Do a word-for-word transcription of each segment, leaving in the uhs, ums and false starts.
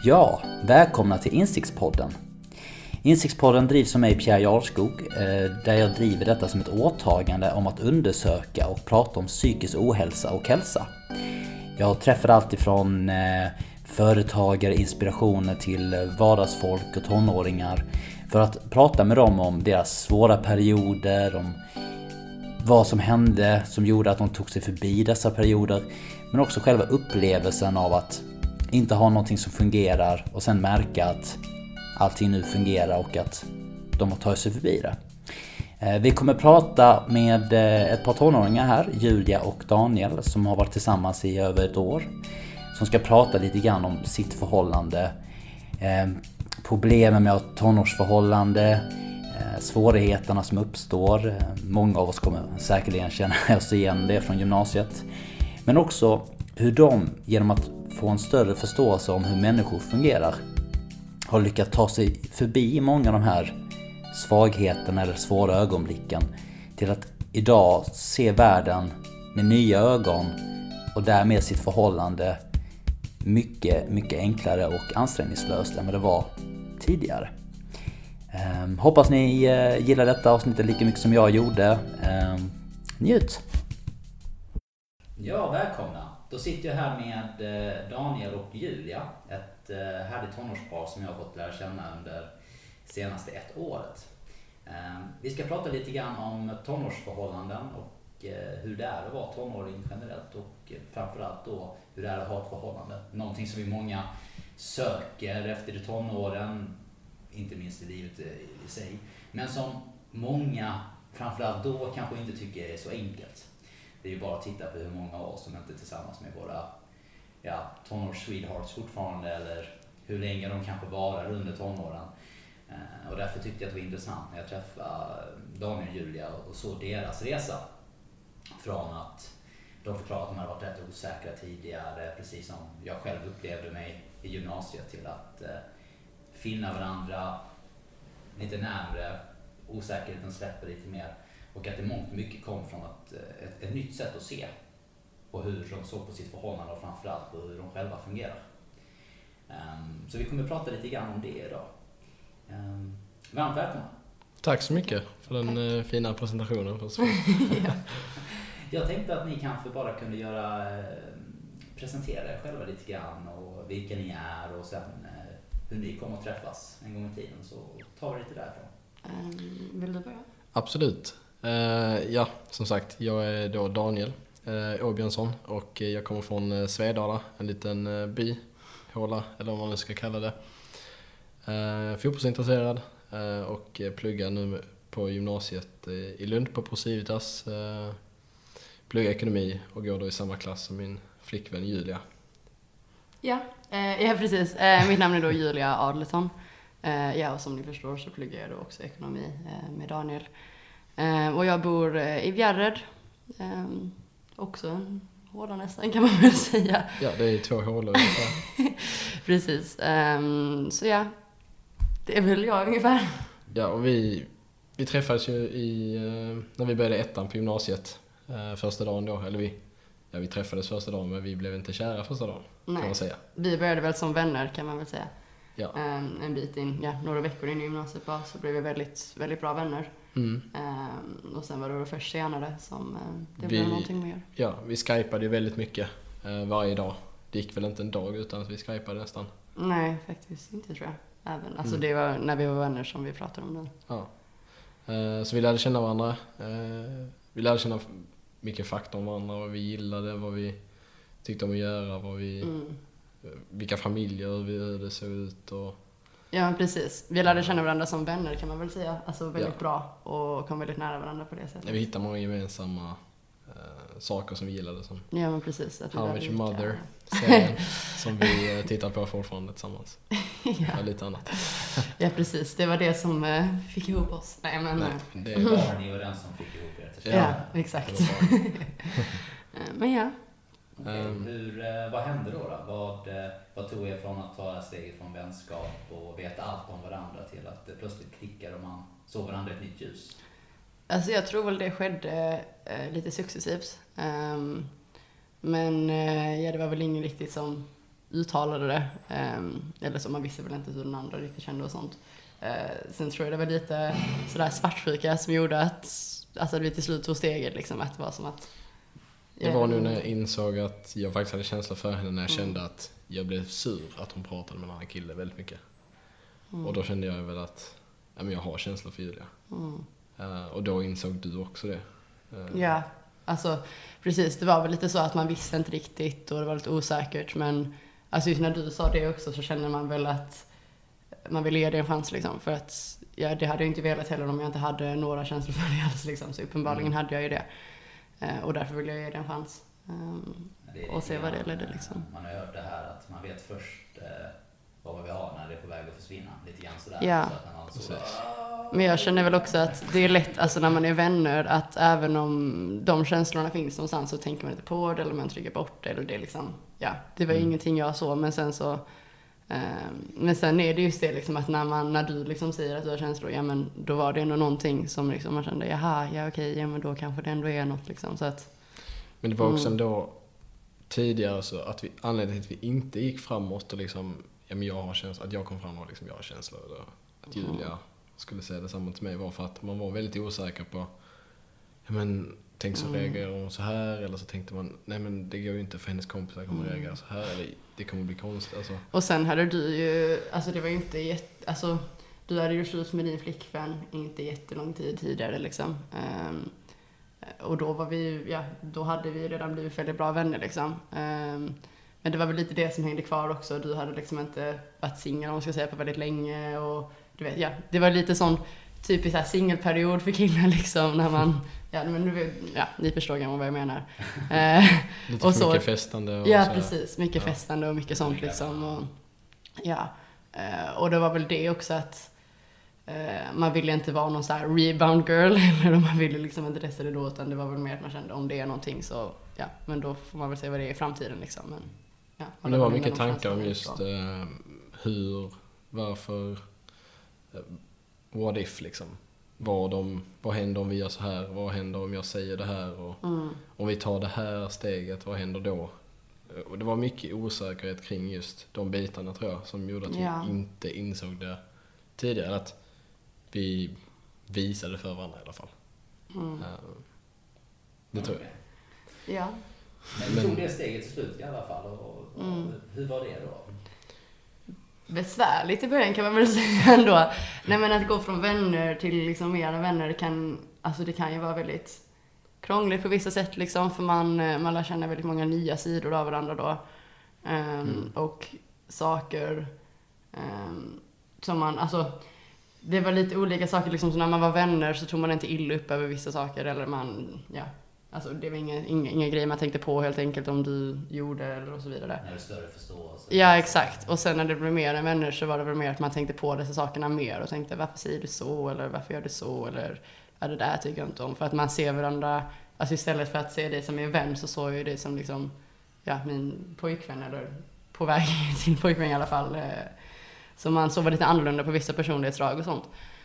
Ja, välkomna till Insiktspodden. Insiktspodden drivs som mig, Pierre Jarlskog, där jag driver detta som ett åtagande om att undersöka och prata om psykisk ohälsa och hälsa. Jag träffar allt ifrån företagare, inspirationer till vardagsfolk och tonåringar för att prata med dem om deras svåra perioder, om vad som hände som gjorde att de tog sig förbi dessa perioder, men också själva upplevelsen av att inte ha någonting som fungerar och sen märka att allting nu fungerar och att de har tagit sig förbi det. Vi kommer prata med ett par tonåringar här, Julia och Daniel, som har varit tillsammans i över ett år. Som ska prata lite grann om sitt förhållande, problemen med ett tonårsförhållande, svårigheterna som uppstår. Många av oss kommer säkerligen känna oss igen det från gymnasiet. Men också hur de, genom att få en större förståelse om hur människor fungerar, har lyckats ta sig förbi många av de här svagheterna eller svåra ögonblicken till att idag se världen med nya ögon och därmed sitt förhållande mycket, mycket enklare och ansträngningslöst än vad det var tidigare. Um, hoppas ni uh, gillar detta avsnittet lika mycket som jag gjorde. Um, njut! Ja, välkomna! Då sitter jag här med Daniel och Julia, ett härligt tonårspar som jag har fått lära känna under senaste ett året. Vi ska prata lite grann om tonårsförhållanden och hur det är att vara tonåring generellt och framförallt då hur det är att ha ett förhållande. Någonting som vi många söker efter i tonåren, inte minst i livet i sig, men som många framförallt då kanske inte tycker är så enkelt. Det är ju bara att titta på hur många av oss som inte är tillsammans med våra ja, tonårs-sweethearts fortfarande, eller hur länge de kanske varar under tonåren. Eh, och därför tyckte jag att det var intressant när jag träffade Daniel och Julia och såg deras resa. Från att de förklarade att de hade varit rätt osäkra tidigare, precis som jag själv upplevde mig i gymnasiet, till att eh, finna varandra lite närmare, osäkerheten släpper lite mer. Och att det mångt mycket kom från ett, ett, ett nytt sätt att se på hur de såg på sitt förhållande och framförallt på hur de själva fungerar. Um, så vi kommer att prata lite grann om det idag. Um, varmt välkomna. Tack så mycket för den uh, fina presentationen. Ja. Jag tänkte att ni kanske bara kunde göra, uh, presentera er själva lite grann och vilka ni är och sen uh, hur ni kommer att träffas en gång i tiden, så tar vi lite därifrån. Um, vill du börja? Absolut. Uh, ja, som sagt, jag är då Daniel uh, Åbjörnsson och jag kommer från uh, Svedala, en liten uh, by, håla, eller vad man nu ska kalla det. Uh, fotbollsintresserad uh, och pluggar nu på gymnasiet uh, i Lund på ProCivitas. Uh, pluggar ekonomi och går då i samma klass som min flickvän Julia. Ja, uh, ja precis. Uh, mitt namn är då Julia Adelsson. Uh, ja, och som ni förstår så pluggar jag då också ekonomi uh, med Daniel. Uh, och jag bor uh, i Bjärred, um, också en håla nästan kan man väl säga. Ja, det är två hålor. Precis, um, så ja, det är väl jag ungefär. Ja, och vi, vi träffades ju i, uh, när vi började ettan på gymnasiet uh, första dagen då, eller vi, ja, vi träffades första dagen men vi blev inte kära första dagen. Nej, kan man säga. Vi började väl som vänner kan man väl säga. Ja. Um, en bit in, ja, några veckor in i gymnasiet bara, så blev vi väldigt, väldigt bra vänner. Mm. Um, och sen var det först senare som uh, det vi, blev någonting mer. Ja, vi skypade ju väldigt mycket uh, varje dag. Det gick väl inte en dag utan att vi skypade nästan. Nej, faktiskt inte tror jag. Även, alltså mm. det var när vi var vänner som vi pratade om det. Ja. Uh, så vi lärde känna varandra. Uh, vi lärde känna mycket fakta om varandra, vad vi gillade, vad vi tyckte om att göra, vad vi, mm. vilka familjer vi hur det såg ut och ja, precis. Vi lärde känna varandra som vänner kan man väl säga. Alltså väldigt ja. bra och kom väldigt nära varandra på det sättet. Ja, vi hittade många gemensamma uh, saker som vi gillade. Som ja, men precis. Att How I Met Your Mother, serien, som vi uh, tittar på fortfarande tillsammans. ja. Och lite annat. ja, precis. Det var det som uh, fick ihop oss. Nej, men... Nej, det är bara ni och den som fick ihop er till ja, ja, exakt. men ja. Okay. Um, Hur, vad hände då? då? Vad, vad tog er från att ta steget från vänskap och veta allt om varandra till att det plötsligt klickade och man såg varandra i ett nytt ljus? Alltså jag tror väl det skedde eh, lite successivt. Um, men eh, ja, det var väl ingen riktigt som uttalade det. Um, eller så, man visste väl inte hur den andra riktigt kände och sånt. Uh, sen tror jag det var lite sådär svartsjuka som gjorde att alltså, vi till slut tog steget. Liksom, att det var som att... Det var nu när jag insåg att jag faktiskt hade känsla för henne när jag mm. kände att jag blev sur att hon pratade med en annan kille väldigt mycket. Mm. Och då kände jag väl att ja, men jag har känsla för Julia. Mm. Uh, och då insåg du också det. Uh. Ja, alltså precis. Det var väl lite så att man visste inte riktigt och det var lite osäkert. Men alltså, just när du sa det också så kände man väl att man ville ge det en chans. Liksom, för att ja, det hade jag inte velat heller om jag inte hade några känslor för det alls. Liksom. Så uppenbarligen mm. hade jag ju det. Uh, och därför ville jag ge det en chans. Um, och se vad det ledde. Liksom. Man har hört det här att man vet först... Uh, vad man vill ha när det är på väg att försvinna. Lite grann sådär. Ja. Så att när man så, men jag känner väl också att det är lätt, alltså när man är vänner, att även om de känslorna finns någonstans så tänker man inte på det eller man trycker bort det. Eller det, liksom, ja, det var mm. ingenting jag så, men sen så eh, men sen är det just det liksom att när, man, när du liksom säger att du har känslor, ja men då var det ändå någonting som liksom man kände, jaha, ja okej, ja men då kanske det ändå är något liksom. Så att, men det var också mm. ändå tidigare så att vi, anledningen till att vi inte gick framåt och liksom ja, men jag har känsla, att jag kom fram och liksom jag har känslor eller att Julia mm. skulle säga detsamma till mig var för att man var väldigt osäker på ja, men tänk så mm. reagerar hon så här eller så tänkte man nej men det går ju inte för hennes kompisar kommer mm. reagera så här eller det kommer bli konstigt alltså. Och sen hade du ju alltså det var ju inte jätte, alltså du hade ju slut med din flickvän inte jättelång tid tidigare liksom. Um, och då var vi ja då hade vi redan blivit väldigt bra vänner liksom. Um, Men det var väl lite det som hängde kvar också. Du hade liksom inte varit singel om man ska säga på väldigt länge. Och du vet, ja, det var lite sån typisk så här singelperiod för killar liksom. När man, ja, men nu, ja, ni förstår gammal vad jag menar. lite och så, mycket festande. Och ja, så precis. Mycket ja. festande och mycket sånt liksom. Och, ja, och det var väl det också att man ville inte vara någon så här rebound girl. Eller man ville liksom inte testa det då. Utan det var väl mer att man kände om det är någonting så, ja, men då får man väl se vad det är i framtiden liksom. Men, ja, men det var mycket tankar om just uh, hur, varför, uh, what if liksom. Vad, de, vad händer om vi gör så här? Vad händer om jag säger det här? Och mm. om vi tar det här steget, vad händer då? Uh, och det var mycket osäkerhet kring just de bitarna tror jag. Som gjorde att ja. vi inte insåg det tidigare. Att vi visade för varandra i alla fall. Mm. Uh, det tror jag. Ja. Men vi tog det steget till slut i alla fall. Och, och, mm. Hur var det då? Besvärligt i början kan man väl säga ändå. Nej, men att gå från vänner till liksom mer än vänner kan, alltså det kan ju vara väldigt krångligt på vissa sätt liksom. För man, man lär känna väldigt många nya sidor av varandra då. Um, mm. Och saker um, som man, alltså det var lite olika saker liksom. Så när man var vänner så tog man inte illa upp över vissa saker. Eller man, ja. Alltså det var inga, inga, inga grejer man tänkte på helt enkelt om du gjorde eller och så vidare. När det större förståelse. Ja, exakt. Och sen när det blev mer än vänner så var det väl mer att man tänkte på dessa sakerna mer och tänkte varför säger du så eller varför gör du så eller ja, det där tycker jag inte om. För att man ser varandra, alltså istället för att se dig som en vän så såg jag det som liksom, ja, min pojkvän eller på väg till pojkvän i alla fall. Så man såg lite annorlunda på vissa personlighetsdrag och sånt.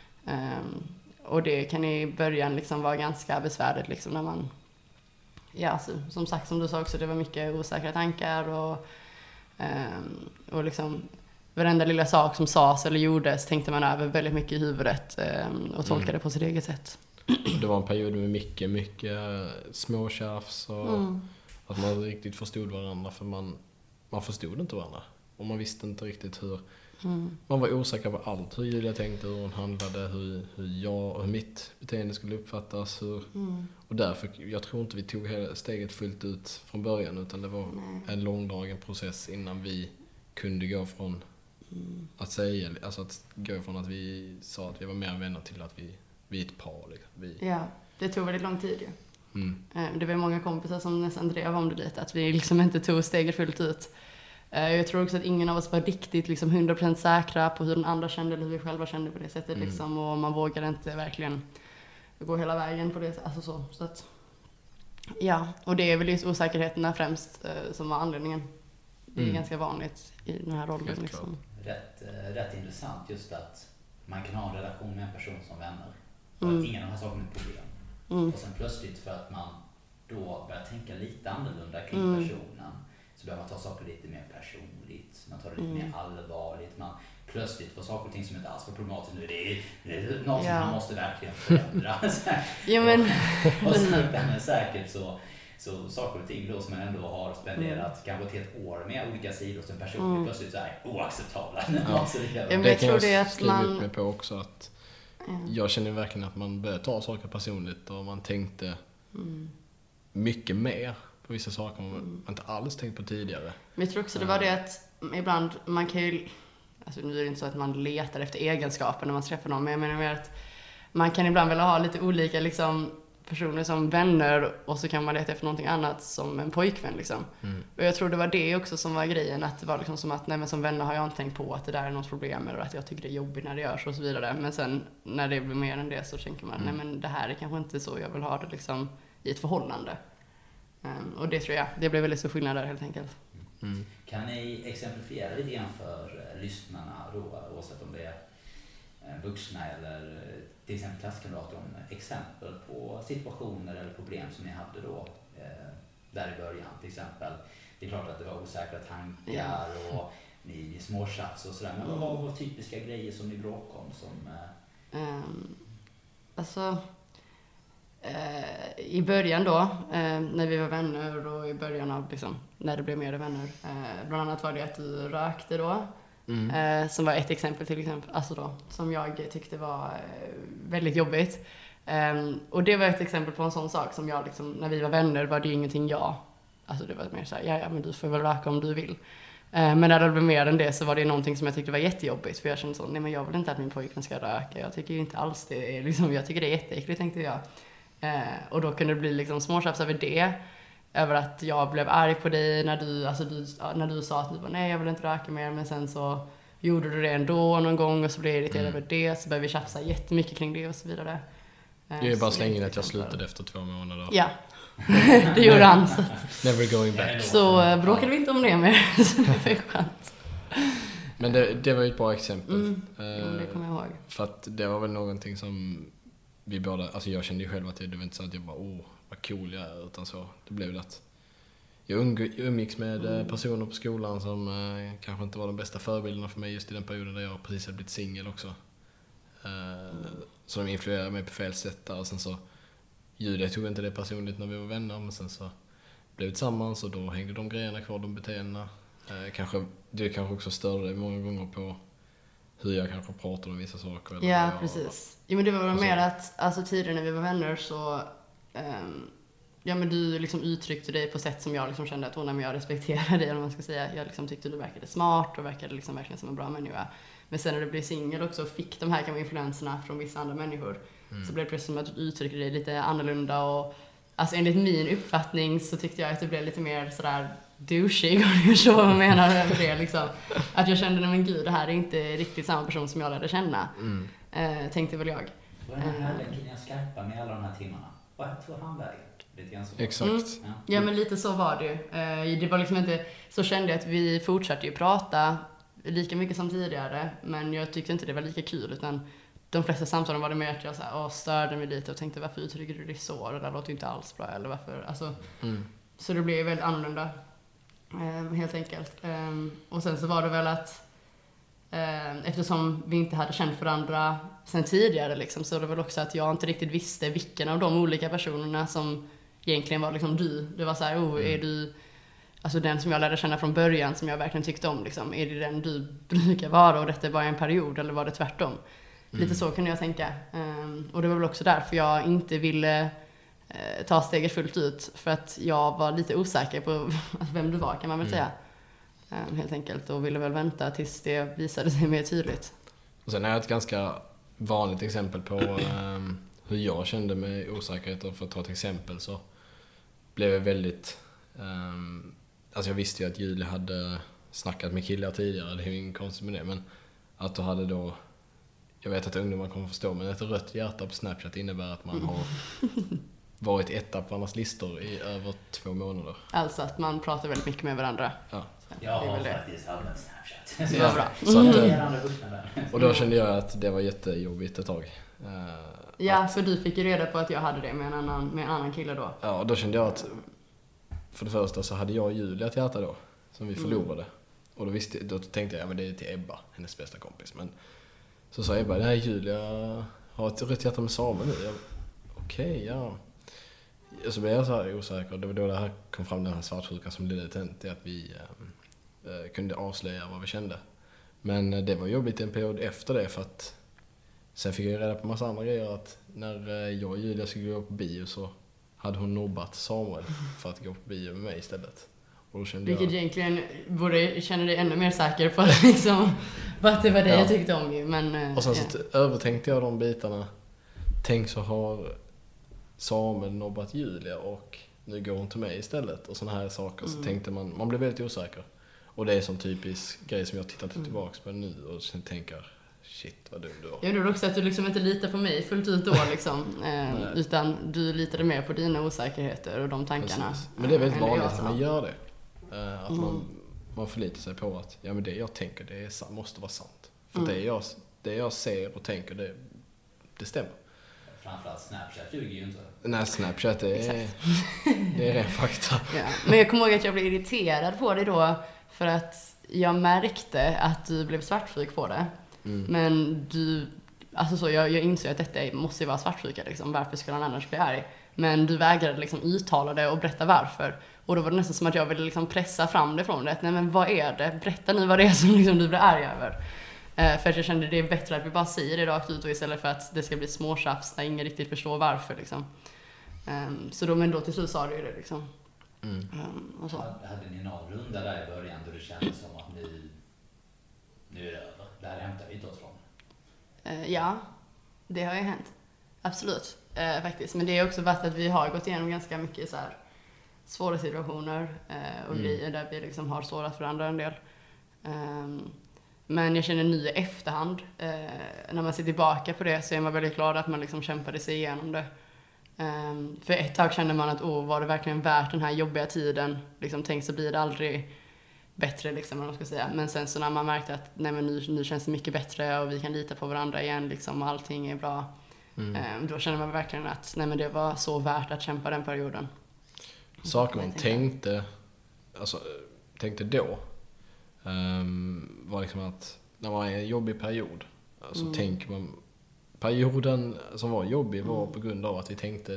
Och det kan i början liksom vara ganska besvärligt liksom när man ja, alltså, som sagt, som du sa också, det var mycket osäkra tankar och, um, och liksom varenda lilla sak som sades eller gjordes tänkte man över väldigt mycket i huvudet um, och tolkade mm. på sitt eget sätt. Det var en period med mycket, mycket småtjafs och mm. att man inte riktigt förstod varandra för man, man förstod inte varandra och man visste inte riktigt hur mm. man var osäker på allt, hur Julia tänkte, hur hon handlade, hur, hur jag och hur mitt beteende skulle uppfattas hur, mm. och därför, jag tror inte vi tog hela steget fullt ut från början utan det var Nej. en långdragen process innan vi kunde gå från mm. att säga, alltså att gå från att vi sa att vi var mer vänner till att vi, vi är ett par liksom. vi... Ja, det tog väldigt lång tid ju. Mm. Det var många kompisar som nästan drev om det lite, att vi liksom inte tog steget fullt ut. Jag tror också att ingen av oss var riktigt liksom hundra procent säkra på hur den andra kände eller hur vi själva kände på det sättet. Mm. Liksom, och man vågade inte verkligen gå hela vägen på det sättet. Alltså så, så att, ja, och det är väl just osäkerheterna främst eh, som var anledningen. Det är mm. ganska vanligt i den här rollen. Liksom. Rätt, äh, rätt intressant just att man kan ha en relation med en person som vänner. För mm. att ingen av de här sakerna är problem. Mm. Och sen plötsligt för att man då börjar tänka lite annorlunda kring mm. personen så börjar man ta saker lite mer personligt, man tar det lite Mm. mer allvarligt, man plötsligt får saker och ting som inte alls var problematiskt nu, det är, det är något Ja. som man måste verkligen förändra. Ja, men... och sakta men säkert så, så saker och ting då som man ändå har spenderat mm. kanske ett helt år med olika sidor som personer mm. plötsligt så är oacceptabla. Ja. så det, Ja, men det jag kan tror jag det är att skriva man... upp mig på också att Mm. jag känner verkligen att man börjar ta saker personligt och man tänkte Mm. mycket mer på vissa saker man Mm. inte alls tänkt på tidigare. Men jag tror också det var det att ibland, man kan ju, alltså nu är det inte så att man letar efter egenskaper när man träffar någon, men jag menar mer att man kan ibland vilja ha lite olika liksom, personer som vänner och så kan man leta efter någonting annat som en pojkvän liksom. Mm. Och jag tror det var det också som var grejen, att det var liksom som att nej men som vänner har jag inte tänkt på att det där är något problem eller att jag tycker det är jobbigt när det görs och så vidare. Men sen när det blir mer än det så tänker man, mm. nej men det här är kanske inte så jag vill ha det liksom i ett förhållande. Um, och det tror jag, det blev väldigt stor skillnad där helt enkelt. Mm. Kan ni exemplifiera lite grann för uh, lyssnarna då, oavsett om det är uh, vuxna eller uh, till exempel klasskamrater, om exempel på situationer eller problem som ni hade då uh, där i början till exempel. Det är klart att det var osäkra tankar ja. och ni småtjafs och sådär, men mm. vad var typiska grejer som ni bråkade om som... Uh... Um, alltså... Eh, I början då, eh, när vi var vänner och i början av liksom, när det blev mer vänner. Eh, bland annat var det att du rökte då. Mm. Eh, som var ett exempel till exempel, alltså då, som jag tyckte var eh, väldigt jobbigt. Eh, och det var ett exempel på en sån sak som jag liksom, när vi var vänner var det ju ingenting jag. Alltså det var mer såhär, ja ja men du får väl röka om du vill. Eh, men när det blev mer än det så var det någonting som jag tyckte var jättejobbigt. För jag kände så, nej men jag vill inte att min pojkvän ska röka. Jag tycker ju inte alls det är liksom, jag tycker det är jätteäckligt tänkte jag. Eh, och då kunde det bli liksom småtjafs över det. Över att jag blev arg på dig när du, alltså du, när du sa att du var nej jag vill inte röka mer. Men sen så gjorde du det ändå någon gång och så blev jag irriterad mm. över det. Så började vi tjafsa jättemycket kring det och så vidare. Eh, det är bara slängen att jag slutade efter två månader. Ja, det gjorde han. Så. Never going back. Så eh, bråkade vi inte om det mer. Så det var skönt. Men det, det var ju ett bra exempel. Mm. Eh, jo, det kommer jag ihåg. För att det var väl någonting som vi båda, alltså jag kände ju själv att det, det var inte så att jag bara, åh, vad cool jag är, utan så. Det blev väl att jag umgicks med mm. personer på skolan som eh, kanske inte var de bästa förebilderna för mig just i den perioden där jag precis hade blivit singel också. Eh, mm. Så de influerade mig på fel sätt där, och sen så Julia tog inte det personligt när vi var vänner, men sen så blev vi tillsammans och då hängde de grejerna kvar, de beteendena. Eh, kanske, det kanske också störde det många gånger på hur jag kanske pratar om vissa saker. Eller ja, jag, precis. Jo, men det var väl mer att alltså, tidigare när vi var vänner så um, ja, men du liksom uttryckte dig på sätt som jag liksom kände att oh, nej, men jag respekterade dig, eller vad man ska säga. Jag liksom tyckte du verkade smart och verkade liksom verkligen som en bra människa. Men sen när du blev singel också fick de här kanske influenserna från vissa andra människor. Mm. Så blev det precis som att du uttryckte dig lite annorlunda och alltså enligt min uppfattning så tyckte jag att du blev lite mer sådär douchig, om du förstår vad jag menar över det liksom. Att jag kände, nej men gud, det här är inte riktigt samma person som jag lärde känna. Mm. Eh, tänkte väl jag. Var den här länken jag skarpa med alla de här timmarna? Vad tog han vägen? Lite grann så. Exakt. Mm. Ja. ja, men lite så var det ju. Eh, det var liksom inte, så kände jag att vi fortsatte ju prata lika mycket som tidigare, men jag tyckte inte det var lika kul, utan de flesta samtalen var det mer att jag så här, åh, störde mig lite och tänkte, varför uttrycker du dig så? Det där låter ju inte alls bra, eller varför? Alltså, mm. Så det blev ju väldigt annorlunda. Um, helt enkelt. Um, och sen så var det väl att um, eftersom vi inte hade känt varandra sen tidigare liksom, så var det väl också att jag inte riktigt visste vilken av de olika personerna som egentligen var liksom du. Det var så här, oh, är du alltså den som jag lärde känna från början som jag verkligen tyckte om liksom, är det den du brukar vara och detta är bara en period, eller var det tvärtom? Mm. Lite så kunde jag tänka. Um, och det var väl också därför jag inte ville ta steget fullt ut, för att jag var lite osäker på vem du var, kan man väl säga. Mm. Helt enkelt, och ville väl vänta tills det visade sig mer tydligt. Och sen är ett ganska vanligt exempel på um, hur jag kände med osäkerhet, och för att ta ett exempel så blev jag väldigt um, alltså jag visste ju att Julia hade snackat med killar tidigare, det är ju ingen konstigt med det, men att du hade då, jag vet att ungdomar kommer förstå, men ett rött hjärta på Snapchat innebär att man mm. har varit etta på varandras listor i över två månader. Alltså att man pratar väldigt mycket med varandra. Ja. Jag har faktiskt använt Snapchat. Så ja, bra. Så att, mm. Och då kände jag att det var jättejobbigt ett tag. Ja, att, för du fick ju reda på att jag hade det med en annan, med en annan kille då. Ja, och då kände jag att för det första så hade jag och Julia ett hjärta då. som vi förlorade. Mm. Och då, visste, då tänkte jag, ja men det är till Ebba, hennes bästa kompis. Men så sa Ebba, det här är Julia, har ett rött hjärta med Samuel nu. Okej, okay, ja. Och så blev jag så här osäker. Det var då det här kom fram, den här svartsjukan som ledde till att vi äh, kunde avslöja vad vi kände. Men det var jobbigt en period efter det, för att sen fick jag reda på massa andra grejer. Att när jag och Julia skulle gå på bio så hade hon nobbat Samuel för att gå på bio med mig istället. Och då kände Vilket jag... egentligen borde känna dig ännu mer säker på, liksom, på att det var det ja. jag tyckte om ju. Men, och sen ja. så övertänkte jag de bitarna. Tänk så har Samuel nobbat Julia och nu går hon till mig istället. Och såna här saker. Mm. Så tänkte man, man blev väldigt osäker. Och det är som typisk grej som jag tittar tillbaka på nu och sen tänker, shit vad dum du var. Jag tror också att du liksom inte litar på mig fullt ut då liksom. eh, utan du litade mer på dina osäkerheter och de tankarna. Precis. Men det är väldigt vanligt att man gör det. Eh, att mm. man, man förlitar sig på att ja, men det jag tänker det är, måste vara sant. För mm. det, jag, det jag ser och tänker det, det stämmer. Framförallt Snapchat ljuger ju inte. Nej, Snapchat det är, det är ren fakta. Ja. Men jag kommer ihåg att jag blev irriterad på dig då för att jag märkte att du blev svartsjuk på det. Mm. Men du, alltså så, jag, jag insåg att detta måste ju vara svartsjuka liksom. Varför skulle han annars bli arg? Men du vägrade liksom uttala det och berätta varför. Och då var det nästan som att jag ville liksom pressa fram det från det. Nej men vad är det? Berätta nu vad det är som liksom du blir arg över. Eh, för att jag kände det är bättre att vi bara säger det rakt ut och istället för att det ska bli småtjafs när ingen riktigt förstår varför liksom. Um, så då, men då till slut sa du ju det liksom. Mm. Um, och så. Hade ni någon runda där i början då det kändes som att nu, nu är det över? Det här hämtar vi inte oss från. Uh, ja, det har ju hänt. Absolut, uh, faktiskt. Men det är också varit att vi har gått igenom ganska mycket så här svåra situationer uh, och mm. grejer där vi liksom har sårat för andra en del. Um, men jag känner nu i efterhand, uh, när man ser tillbaka på det så är man väldigt glad att man liksom kämpade sig igenom det. Um, för ett tag kände man att åh, var det verkligen värt den här jobbiga tiden? Liksom, tänk så blir det aldrig bättre liksom, vad man ska säga. Men sen så när man märkte att nej, men nu, nu känns det mycket bättre och vi kan lita på varandra igen liksom, och allting är bra. Mm. Um, då kände man verkligen att nej, men det var så värt att kämpa den perioden. Saker man tänkte, alltså, tänkte då um, var liksom att när man är i en jobbig period så mm. tänker man perioden som var jobbig var på grund av att vi tänkte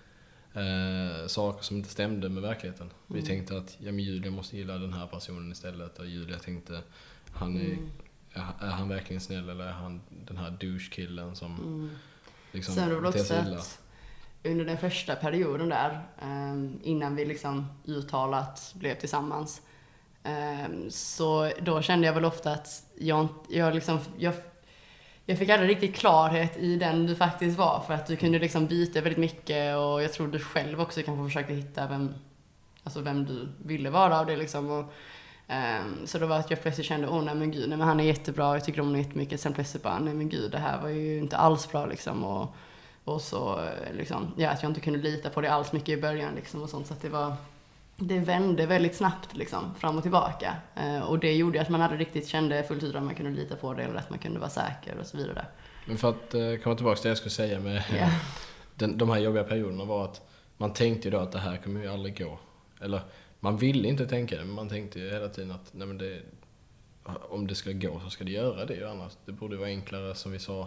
eh, saker som inte stämde med verkligheten. Mm. Vi tänkte att ja, men Julia måste gilla den här personen istället. Och Julia tänkte, han är, mm. är, är han verkligen snäll eller är han den här douche-killen som mm. liksom sen var det också att under den första perioden där, um, innan vi liksom uttalat blev tillsammans, um, så då kände jag väl ofta att jag, jag liksom... Jag, Jag fick aldrig riktigt klarhet i den du faktiskt var, för att du kunde liksom byta väldigt mycket och jag tror du själv också kanske försökte hitta vem, alltså vem du ville vara av det liksom. Och, um, så då var att jag plötsligt kände, åh nej men gud, nej men han är jättebra, jag tycker om honom jättemycket. Sen plötsligt bara, nej men gud, det här var ju inte alls bra liksom. Och, och så liksom, ja, att jag inte kunde lita på det alls mycket i början liksom och sånt, så att det var... Det vände väldigt snabbt liksom, fram och tillbaka. Eh, och det gjorde att man aldrig riktigt kände fullt ut att man kunde lita på det eller att man kunde vara säker och så vidare. Men för att eh, komma tillbaka till det jag skulle säga med yeah. den, de här jobbiga perioderna var att man tänkte ju då att det här kommer ju aldrig gå. Eller man ville inte tänka det, men man tänkte ju hela tiden att nej, men det, om det ska gå så ska det göra det ju annars. Det borde vara enklare som vi sa.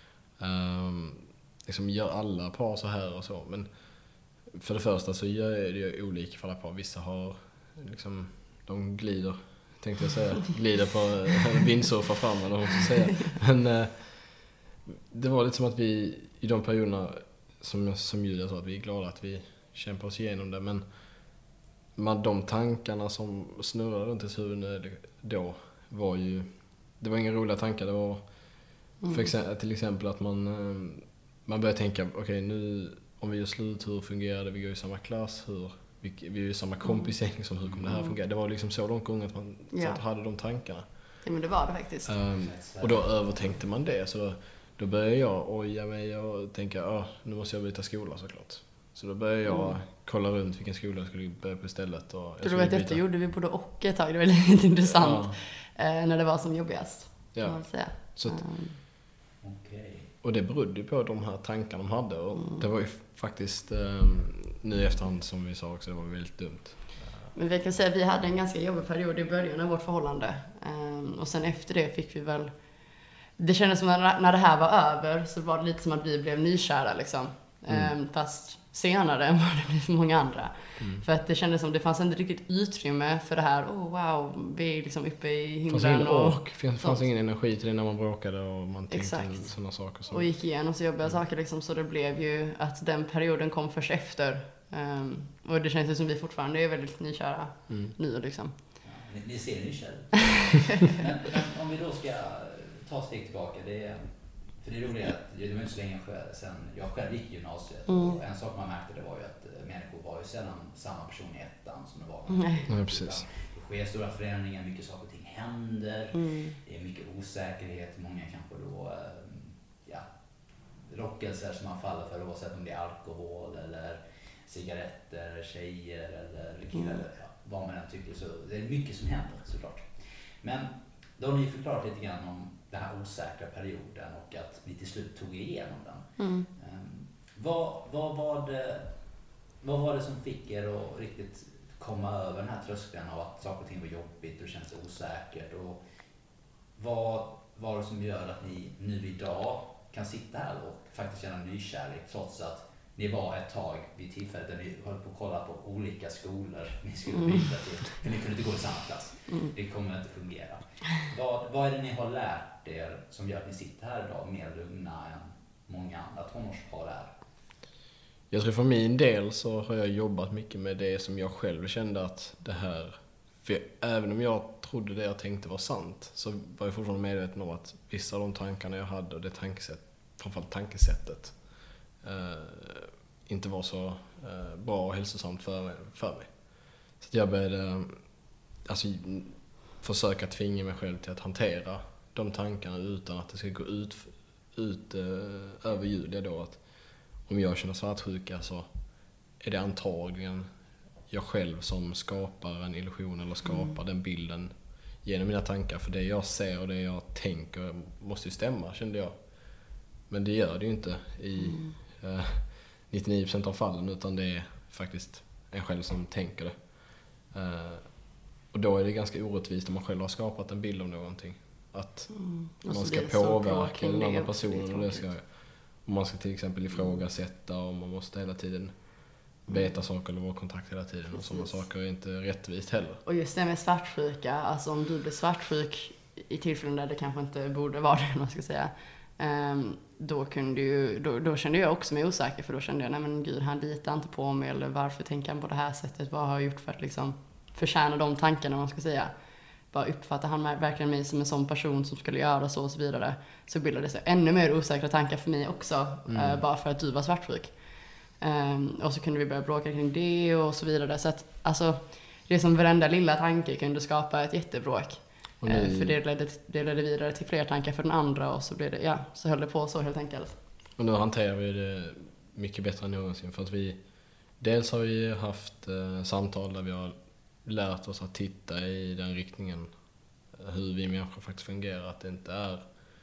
Um, liksom gör alla par så här och så. Men för det första så är det ju olika för alla par. Vissa har liksom, de glider, tänkte jag säga, glider på en vindsurfar fram eller vad man ska säga. Men eh, det var lite som att vi i de perioderna som, som Julia sa, att vi är glada att vi kämpar oss igenom det. Men man, de tankarna som snurrade runt i huvudet då var ju, det var inga roliga tankar. Det var mm. för exempel, till exempel att man, man började tänka, okej okay, nu om vi gör slut, hur fungerar det? Vi går i samma klass, hur, vi, vi är i samma kompisgäng, som hur kommer det här fungera? Det var liksom så långt gång att man ja. så hade de tankarna. Ja, men det var det faktiskt. Um, och då övertänkte man det, så då, då började jag oja mig och tänka, ja, nu måste jag byta skola såklart. Så då började jag mm. kolla runt vilken skola jag skulle börja på istället. Och jag du vet, detta gjorde vi både och ett tag, det var lite intressant. Ja. Eh, när det var som jobbigast, ja. kan man säga. Så att, um. okay. Och det berodde på de här tankarna de hade. Och mm. det var ju faktiskt, um, nu i efterhand som vi sa också, det var väldigt dumt. Men vi kan säga att vi hade en ganska jobbig period i början av vårt förhållande. Um, och sen efter det fick vi väl... Det kändes som att när det här var över så var det lite som att vi blev nykära liksom. Mm. Um, fast senare än vad det blev för många andra. Mm. För att det kändes som att det fanns inte riktigt utrymme för det här. Oh wow, vi är liksom uppe i himlen. Fanns ingen och ork, fanns, fanns ingen energi till det när man bråkade och man tänkte sådana saker. Som... Och gick igenom så jobbiga mm. saker liksom. Så det blev ju att den perioden kom först efter. Um, och det känns ju som vi fortfarande är väldigt nykära mm. nu liksom. Ja, ni, ni ser nykära. men, men om vi då ska ta steg tillbaka. Det är, för det är roligt att det var inte så länge sedan jag själv gick i gymnasiet. Mm. Och en sak man märkte det var ju att människor var ju sällan samma person i ettan som det var. Nej. Nej, precis. Det sker stora förändringar, mycket saker och ting händer. Mm. Det är mycket osäkerhet. Många kanske då, ja, lockelser som man faller för, oavsett om det är alkohol eller cigaretter, tjejer eller killar, mm. ja, vad man än tycker. Så det är mycket som händer såklart. Men då har ni förklarat lite grann om den här osäkra perioden och att ni till slut tog igenom den. Mm. Um, vad, vad, var det, vad var det som fick er att riktigt komma över den här tröskeln av att saker och ting var jobbigt och kändes osäkert? Och vad var det som gör att ni nu idag kan sitta här och faktiskt känna nykärlek trots att ni var ett tag vid tillfället där ni höll på att kolla på olika skolor ni skulle byta till, för ni kunde inte gå i samma klass. Mm. Det kommer inte fungera. Vad, vad är det ni har lärt er som gör att ni sitter här idag mer lugna än många andra tonårspar är? Jag tror för min del så har jag jobbat mycket med det som jag själv kände att det här, för även om jag trodde det jag tänkte var sant, så var jag fortfarande medveten om att vissa av de tankarna jag hade och det tankesätt, framförallt tankesättet, Uh, inte var så uh, bra och hälsosamt för mig, för mig. Så att jag började uh, alltså, försöka tvinga mig själv till att hantera de tankarna utan att det ska gå ut, ut uh, över Julia då. Att om jag känner svartsjuka så är det antagligen jag själv som skapar en illusion eller skapar mm. den bilden genom mina tankar. För det jag ser och det jag tänker måste ju stämma, kände jag. Men det gör det ju inte i mm. uh, nittionio procent av fallen, utan det är faktiskt en själv som tänker det. Uh, och då är det ganska orättvist om man själv har skapat en bild om någonting. Att mm. man ska påverka den andra personen. Och det ska, om man ska till exempel ifrågasätta och man måste hela tiden veta saker eller vara i kontakt hela tiden. Precis. Och sådana saker är inte rättvist heller. Och just det med svartsjuka, alltså om du blir svartsjuk i tillfällen där det kanske inte borde vara det, man ska säga. Um, då, kunde ju, då, då kände jag också mig osäker, för då kände jag, nej men gud, han litar inte på mig, eller varför tänker han på det här sättet, vad har jag gjort för att liksom förtjäna de tankarna, man ska säga. Bara uppfattar han verkligen mig som en sån person som skulle göra så och så vidare, så bildade det sig ännu mer osäkra tankar för mig också, mm. uh, bara för att du var svartsjuk. Um, och så kunde vi börja bråka kring det och så vidare, så att alltså, det är som varenda lilla tanke kunde skapa ett jättebråk. Ni... För det ledde, det ledde vidare till fler tankar för den andra, och så blev det, ja, så höll det på så helt enkelt. Och nu hanterar vi det mycket bättre än någonsin, för att vi dels har vi haft eh, samtal där vi har lärt oss att titta i den riktningen, hur vi människor faktiskt fungerar, att det inte är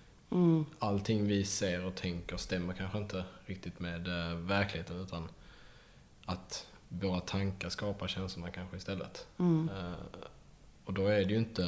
mm. allting vi ser och tänker stämmer kanske inte riktigt med eh, verkligheten, utan att våra tankar skapar känslorna kanske istället. Mm. Eh, och då är det ju inte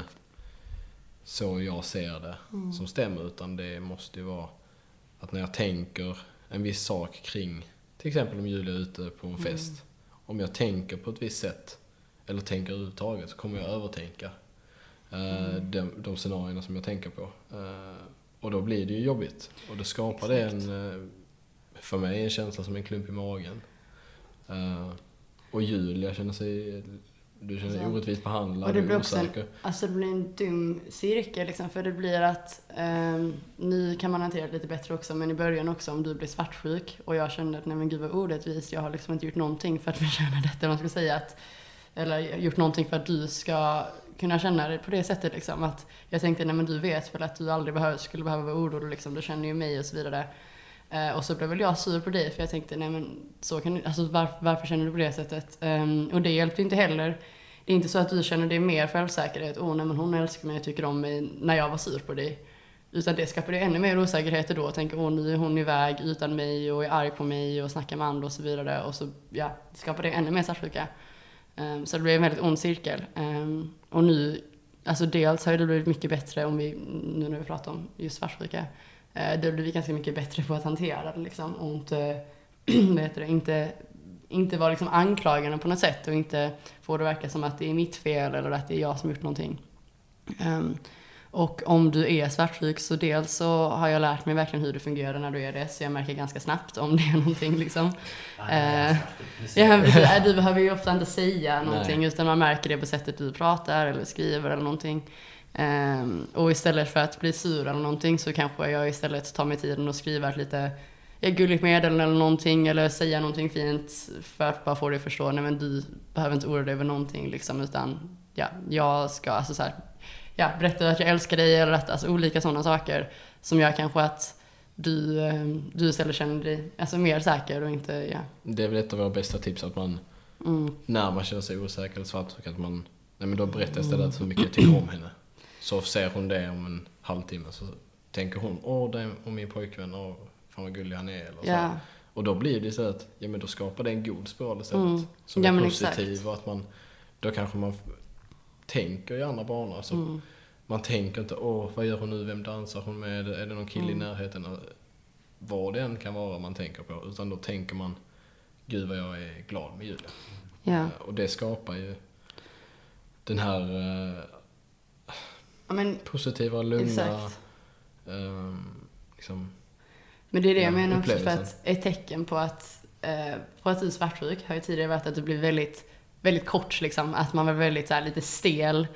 så jag ser det mm. som stämmer, utan det måste ju vara att när jag tänker en viss sak kring, till exempel om Julia är ute på en fest, mm. om jag tänker på ett visst sätt eller tänker överhuvudtaget, så kommer jag övertänka mm. uh, de, de scenarierna som jag tänker på. Uh, och då blir det ju jobbigt. Och det skapar det en, uh, för mig en känsla som en klump i magen. Uh, och Julia känner sig... Du känner dig så. Orättvist behandlad, och det blir också osäker. En, alltså det blir en dum cirkel liksom, för det blir att um, nu kan man hantera det lite bättre också, men i början också, om du blir svartsjuk och jag kände att nej men gud vad orättvist, jag har liksom inte gjort någonting för att förtjäna detta, man ska säga att, eller gjort någonting för att du ska kunna känna det på det sättet liksom, att jag tänkte nej men du vet väl att du aldrig behöver, skulle behöva vara orolig liksom, du känner ju mig och så vidare. Uh, och så blev väl jag sur på dig, för jag tänkte nej men så kan du, alltså var, varför känner du på det sättet? Um, och det hjälpte inte heller. Det är inte så att du känner dig mer självsäkerhet, åh oh, nej men hon älskar mig och tycker om mig när jag var sur på dig, utan det skapar det ännu mer osäkerhet då, och tänker åh oh, nu är hon iväg utan mig och är arg på mig och snackar med andra och så vidare, och så ja, skapar det ännu mer svartsjuka. Um, så det blev en väldigt ond cirkel. Um, och nu, alltså dels har det blivit mycket bättre om vi, nu när vi pratar om just svartsjuka, uh, det har blivit ganska mycket bättre på att hantera det liksom, och inte, vad heter det, inte, inte vara liksom anklagande på något sätt och inte få det verka som att det är mitt fel eller att det är jag som gjort någonting. Um, och om du är svartsjuk så dels så har jag lärt mig verkligen hur det fungerar när du är det, så jag märker ganska snabbt om det är någonting liksom. Nej, uh, ja, precis, du behöver ju ofta inte säga någonting. Nej. Utan man märker det på sättet du pratar eller skriver eller någonting. Um, och istället för att bli sur eller någonting så kanske jag istället tar mig tiden och skriver ett lite ett gulligt medel eller någonting, eller säga någonting fint för att bara få dig att förstå, nej men du behöver inte oroa dig över någonting liksom, utan ja, jag ska alltså så här, ja, berätta att jag älskar dig eller att, alltså olika sådana saker som gör kanske att du, du istället känner dig alltså mer säker och inte, ja. Det är väl ett av våra bästa tips, att man mm. när man känner sig osäker eller svartsjuk, att man, nej men då berättar istället hur mycket jag tycker om henne. Så ser hon det om en halvtimme, så tänker hon, åh det är om min pojkvän, åh fan vad gullig han är eller så. Ja. Och då blir det så att, ja men då skapar det en god spiral istället. Mm. Som ja, är men positiv exakt. Och att man, då kanske man tänker i andra banor. Alltså, mm. Man tänker inte, åh vad gör hon nu, vem dansar hon med, är det någon kille mm. i närheten? Vad det än kan vara man tänker på. Utan då tänker man, gud vad jag är glad med Julia. Ja. Och det skapar ju den här uh, ja, men, positiva, lugna exakt. Um, liksom, men det är det jag ja, menar också, för att ett tecken på att, eh, på att du är svartsjuk har ju tidigare varit att du blir väldigt, väldigt kort liksom, att man var väldigt så här, lite stel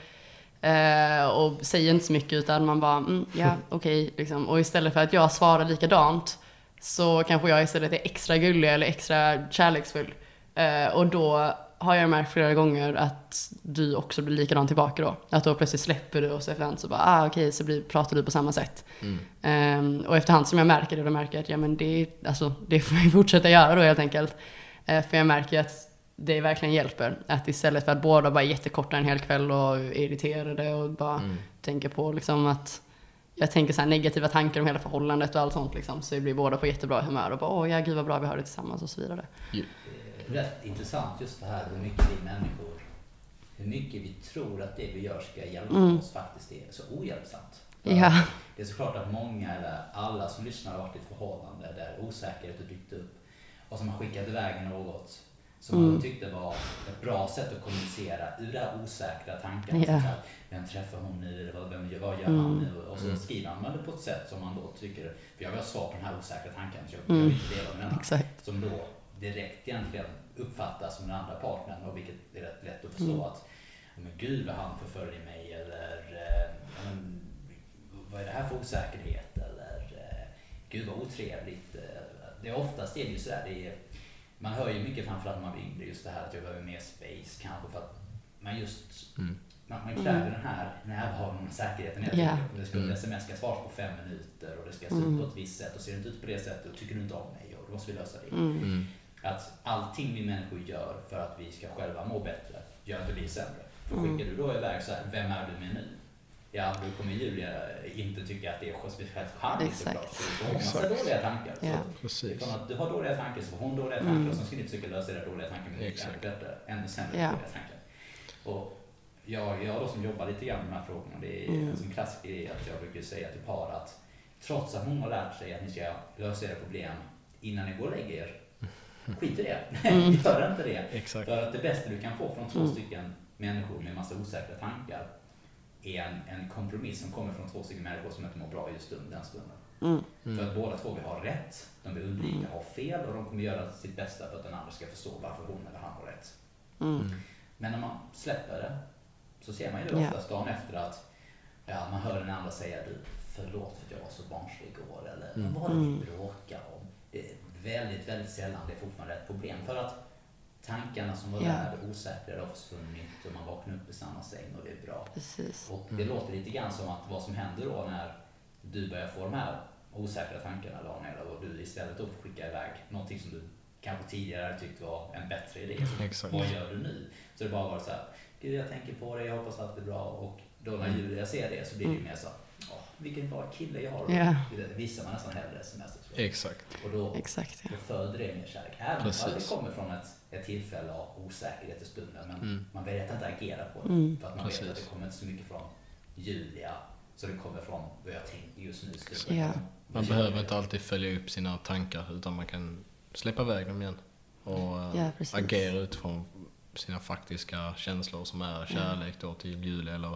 eh, och säger inte så mycket, utan man bara, mm, ja okej okay, liksom. Och istället för att jag svarar likadant så kanske jag istället är extra gullig eller extra kärleksfull, eh, och då har jag märkt flera gånger att du också blir likadan tillbaka då. Att då plötsligt släpper du och så efterhand så bara, ah okej, okay, så blir, pratar du på samma sätt. Mm. Um, och efterhand som jag märker det, då märker jag att ja, men det, alltså, det får jag fortsätta göra då helt enkelt. Uh, för jag märker att det verkligen hjälper. Att istället för att båda bara är jättekorta en hel kväll och är irriterade och bara mm. tänker på liksom att jag tänker så här negativa tankar om hela förhållandet och allt sånt liksom, så blir båda på jättebra humör och bara, åh ja gud vad bra vi har det tillsammans och så vidare. Yeah. Rätt intressant just det här hur mycket vi människor, hur mycket vi tror att det vi gör ska hjälpa mm. oss faktiskt är så ohjälpsamt. Ja. Det är såklart att många eller alla som lyssnar har varit i ett förhållande där osäkerhet har dykt upp och som har skickat iväg något som mm. man tyckte var ett bra sätt att kommunicera ur det här osäkra tankarna. Yeah. Vem träffar hon nu? Eller vem, vad gör mm. han nu? Och så skriver man det på ett sätt som man då tycker, för jag vill ha svar på den här osäkra tanken, så jag vill mm. inte dela med den här. Som då direkt egentligen uppfattas som den andra partnern, och vilket är rätt lätt att förstå mm. att men gud vad han förföljer mig, eller men, vad är det här för osäkerhet, eller gud vad otrevligt. Det är oftast är det ju sådär, det är, man hör ju mycket framförallt när man blir yngre just det här att jag behöver mer space kanske, för att man just mm. man, man kräver mm. den här den här har någon säkerheten hela tiden. Det ska mm. sms ska svaras på fem minuter och det ska se ut på ett visst sätt, och ser det inte ut på det sättet och tycker du inte om mig och då måste vi lösa det. Mm. Mm. Att allting vi människor gör för att vi ska själva må bättre gör att det blir sämre. För skickar mm. du då iväg så här, vem är du med nu? Ja, då kommer Julia inte tycka att det är speciellt charmigt såklart. Så du får massa dåliga tankar. Ja. Så att du har dåliga tankar, så får hon dåliga tankar mm. och sen ska ni försöka lösa det dåliga tankar med ännu bättre, ännu sämre ja. dåliga tankar. Och jag, jag då som jobbar lite grann med de här frågorna, det är mm. en sån klassisk idé att jag brukar säga till par att trots att hon har lärt sig att ni ska lösa era problem innan ni går och lägger er, skit i det. Mm. Gör inte det. Exakt. För att det bästa du kan få från två mm. stycken människor med massa osäkra tankar är en, en kompromiss som kommer från två stycken människor som inte mår bra just under den stunden. Mm. Mm. För att båda två vill ha rätt, de vill undvika att mm. ha fel, och de kommer göra sitt bästa för att den andra ska förstå varför hon eller han har rätt. Mm. Men när man släpper det så ser man ju det oftast dagen efter att ja, man hör den andra säga du, förlåt för att jag var så barnslig igår, eller mm. vad var det vi bråkade om? Det är väldigt, väldigt sällan det är fortfarande ett problem, för att tankarna som var yeah. där osäkra har försvunnit och man vaknar upp i samma säng och det är bra. Precis. Och det mm. låter lite grann som att vad som händer då när du börjar få de här osäkra tankarna, Daniel, och du istället då får skicka iväg någonting som du kanske tidigare tyckte var en bättre idé. Exakt. Vad gör du nu? Så det bara var så här, gud jag tänker på det, jag hoppas att det är bra, och då när Julia ser det så blir det mm. mer så, åh vilken bra kille jag har. Yeah. Det visar man nästan hellre sms. Exakt. Och då, Exakt, ja. då föder det mer kärlek. Även Precis. om det kommer från ett, ett tillfälle av osäkerhet i stunden. Men Mm. man väljer att inte agera på det. Mm. För att man Precis. vet att det kommer inte så mycket från Julia. Så det kommer från vad jag tänkte just nu. i Ja. stunden. Man behöver inte alltid följa upp sina tankar utan man kan släppa iväg dem igen. Och eh, Ja, precis. agera utifrån sina faktiska känslor som är kärlek då till Julia eller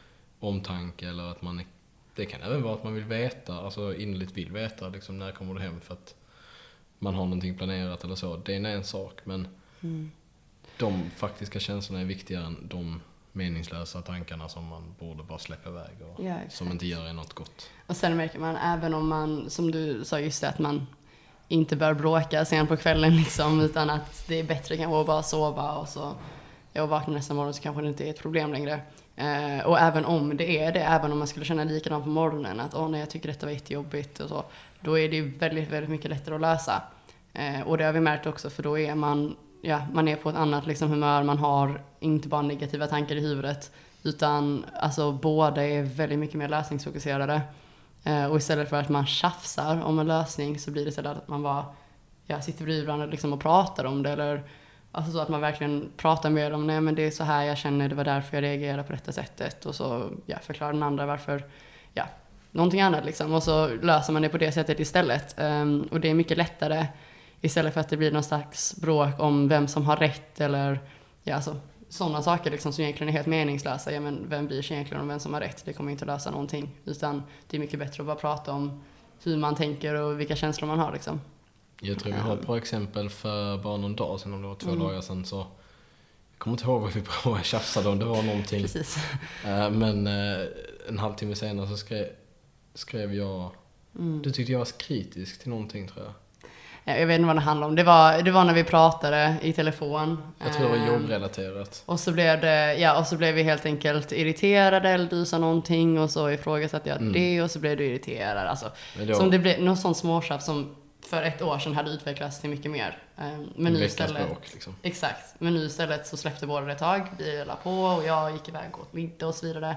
omtanke eller att man, det kan även vara att man vill veta, alltså innerligt vill veta liksom när kommer du hem för att man har någonting planerat eller så. Det är en sak, men Mm. de faktiska känslorna är viktigare än de meningslösa tankarna som man borde bara släppa iväg och Ja, exakt. som inte gör en något gott. Och sen märker man, även om man, som du sa just det, att man inte bör bråka sen på kvällen liksom, utan att det är bättre kanske att bara sova och så jag vaknar nästa morgon så kanske det inte är ett problem längre. Eh, och även om det är det, även om man skulle känna likadant på morgonen, att åh nej, jag tycker detta var jättejobbigt och så, då är det ju väldigt, väldigt mycket lättare att lösa. Eh, och det har vi märkt också, för då är man, ja, man är på ett annat liksom, humör, man har inte bara negativa tankar i huvudet, utan alltså båda är väldigt mycket mer lösningsfokuserade. Eh, och istället för att man tjafsar om en lösning så blir det istället att man bara ja, sitter bredvid varandra liksom, och pratar om det, eller alltså så att man verkligen pratar med dem, nej men det är så här jag känner, det var därför jag reagerade på detta sättet, och så ja, förklarar den andra varför, ja, någonting annat liksom, och så löser man det på det sättet istället. Um, och det är mycket lättare istället för att det blir någon slags bråk om vem som har rätt eller ja, alltså, sådana saker liksom, som egentligen är helt meningslösa. Ja, men vem bryr sig egentligen om vem som har rätt? Det kommer inte lösa någonting, utan det är mycket bättre att bara prata om hur man tänker och vilka känslor man har liksom. Jag tror vi har ett bra exempel för bara någon dag sedan, om det var två Mm. dagar sedan, så jag kommer inte ihåg vad vi bra tjafsade om, det var någonting. Precis. Eh, Men eh, en halvtimme senare så skrev, skrev jag, Mm. du tyckte jag var kritisk till någonting tror jag. Ja, jag vet inte vad det handlar om. Det var, det var när vi pratade i telefon. Jag tror det var Ehm, jobbrelaterat. Och så blev det, ja, och så blev vi helt enkelt irriterade, eller du sa någonting och så ifrågasatte jag Mm. det och så blev du irriterad. Alltså, Men då, som det blev något sånt småtjafs som för ett år sedan hade utvecklats till mycket mer. Ehm, Men en nu veckas istället, bråk liksom. exakt. Men nu istället så släppte båda det ett tag. Vi la på och jag gick iväg och åt middag och så vidare.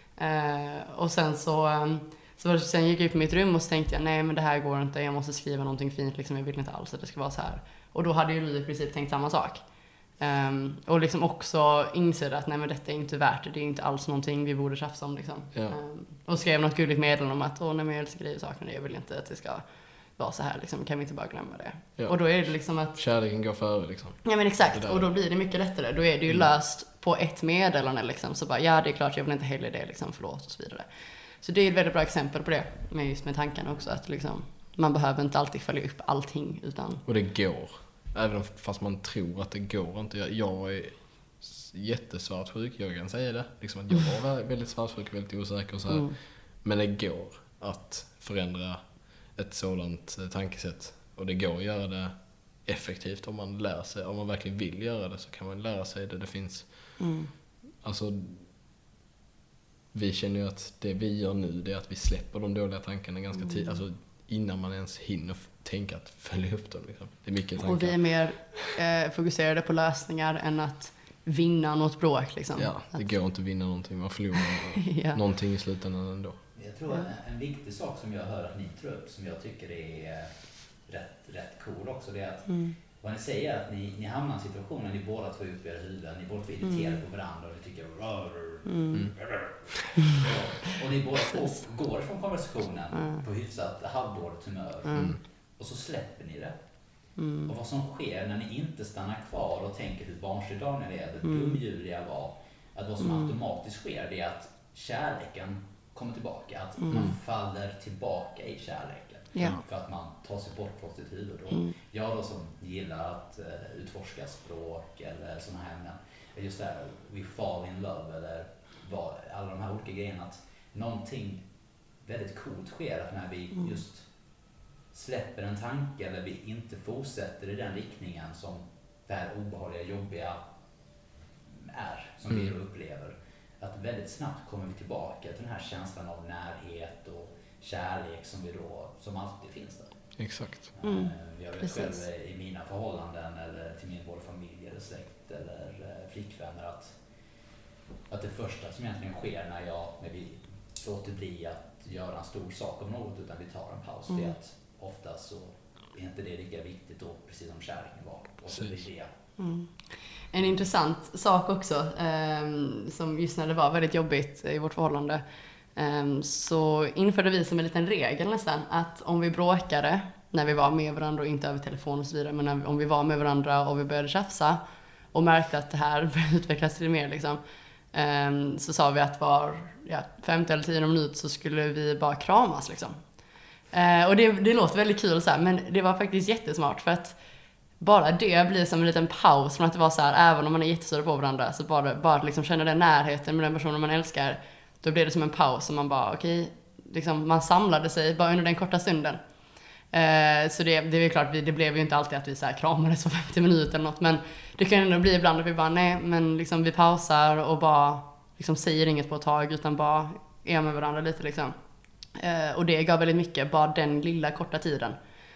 Ehm, och sen så, ehm, så var det, sen gick jag upp i mitt rum och så tänkte jag, nej men det här går inte, jag måste skriva någonting fint liksom, jag vill inte alls att det ska vara så här. Och då hade ju du i princip tänkt samma sak. Ehm, och liksom också insåg att nej men detta är inte värt det, det är inte alls någonting vi borde tjafsa om liksom. Ja. Ehm, och skrev något gulligt meddelande om att åh nej men jag älskar dig och saknar dig, jag vill inte att det ska vara så här liksom, kan vi inte bara glömma det? Ja. Och då är det liksom att, Kärleken går före liksom. ja men exakt, Det där. och då blir det mycket lättare, då är det ju Mm. löst på ett meddelande liksom, så bara ja det är klart jag vill inte heller det liksom, förlåt och så vidare. Så det är ett väldigt bra exempel på det, med just med tankarna också, att liksom, man behöver inte alltid följa upp allting, utan Och det går. Även fast man tror att det går inte. Jag, jag är jättesvartsjuk, jag kan säga det. Liksom att jag var väldigt svartsjuk, väldigt osäker och så här. mm, Men det går att förändra ett sådant eh, tankesätt. Och det går att göra det effektivt om man lär sig. Om man verkligen vill göra det så kan man lära sig det. Det finns, mm, alltså, vi känner ju att det vi gör nu, det är att vi släpper de dåliga tankarna ganska Mm. tidigt. Alltså innan man ens hinner f- tänka att följa upp dem. Liksom. Det är mycket tankar. och vi är mer eh, fokuserade på lösningar än att vinna något bråk liksom. Ja, det Att, går inte att vinna någonting. Man förlorar ja. någonting i slutändan ändå. Jag tror en, en viktig sak som jag hör att ni tar upp, som jag tycker är rätt, rätt cool också, det är att Mm, vad ni säger är att ni, ni hamnar i en situation när ni båda två är uppe i era huvuden, ni båda två är irriterade på varandra och ni tycker rör, mm, och ni båda två går från konversationen Mm. på hyfsat halvdåligt humör mm, och så släpper ni det. mm, Och vad som sker när ni inte stannar kvar och tänker hur barnslig Daniel är, hur Mm. dum Julia var, att vad som Mm. automatiskt sker det är att kärleken kommer tillbaka, att Mm. man faller tillbaka i kärleken. ja. För att man tar sig bort från sitt huvud. Och Mm, jag då som gillar att uh, utforska språk eller sådana här ämnen, just det här, we fall in love eller vad, alla de här olika grejerna, att någonting väldigt coolt sker, att när vi Mm. just släpper en tanke eller vi inte fortsätter i den riktningen som det här obehagliga, jobbiga är, som vi Mm. då upplever, att väldigt snabbt kommer vi tillbaka till den här känslan av närhet och kärlek som vi då, som alltid finns där. Exakt. Mm, Eh, Jag vet precis. själv i mina förhållanden eller till min både familj eller släkt eller eh, flickvänner att, att det första som egentligen sker när jag, när vi låter bli att att göra en stor sak om något, utan vi tar en paus. Mm. Det är att ofta så är inte det lika viktigt då, precis som kärleken var. Och så blir det. Mm. En intressant sak också, um, som just när det var väldigt jobbigt i vårt förhållande, um, så införde vi som en liten regel nästan, att om vi bråkade när vi var med varandra och inte över telefon och så vidare, men när, om vi var med varandra och vi började tjafsa och märkte att det här började utvecklas till mer liksom, um, så sa vi att var ja, femtio eller tio minut så skulle vi bara kramas liksom. Uh, och det, det låter väldigt kul så här, men det var faktiskt jättesmart, för att bara det blir som en liten paus från att det var så här, även om man är jättesura på varandra, så bara, bara liksom känna den närheten med den personen man älskar, då blir det som en paus och man bara okej, okay, liksom, man samlade sig bara under den korta stunden. Eh, så det, det är klart, det blev ju inte alltid att vi så här kramades för femtio minuter eller något, men det kan ändå bli ibland att vi bara nej, men liksom vi pausar och bara liksom säger inget på ett tag, utan bara är med varandra lite liksom. Eh, och det gav väldigt mycket, bara den lilla korta tiden.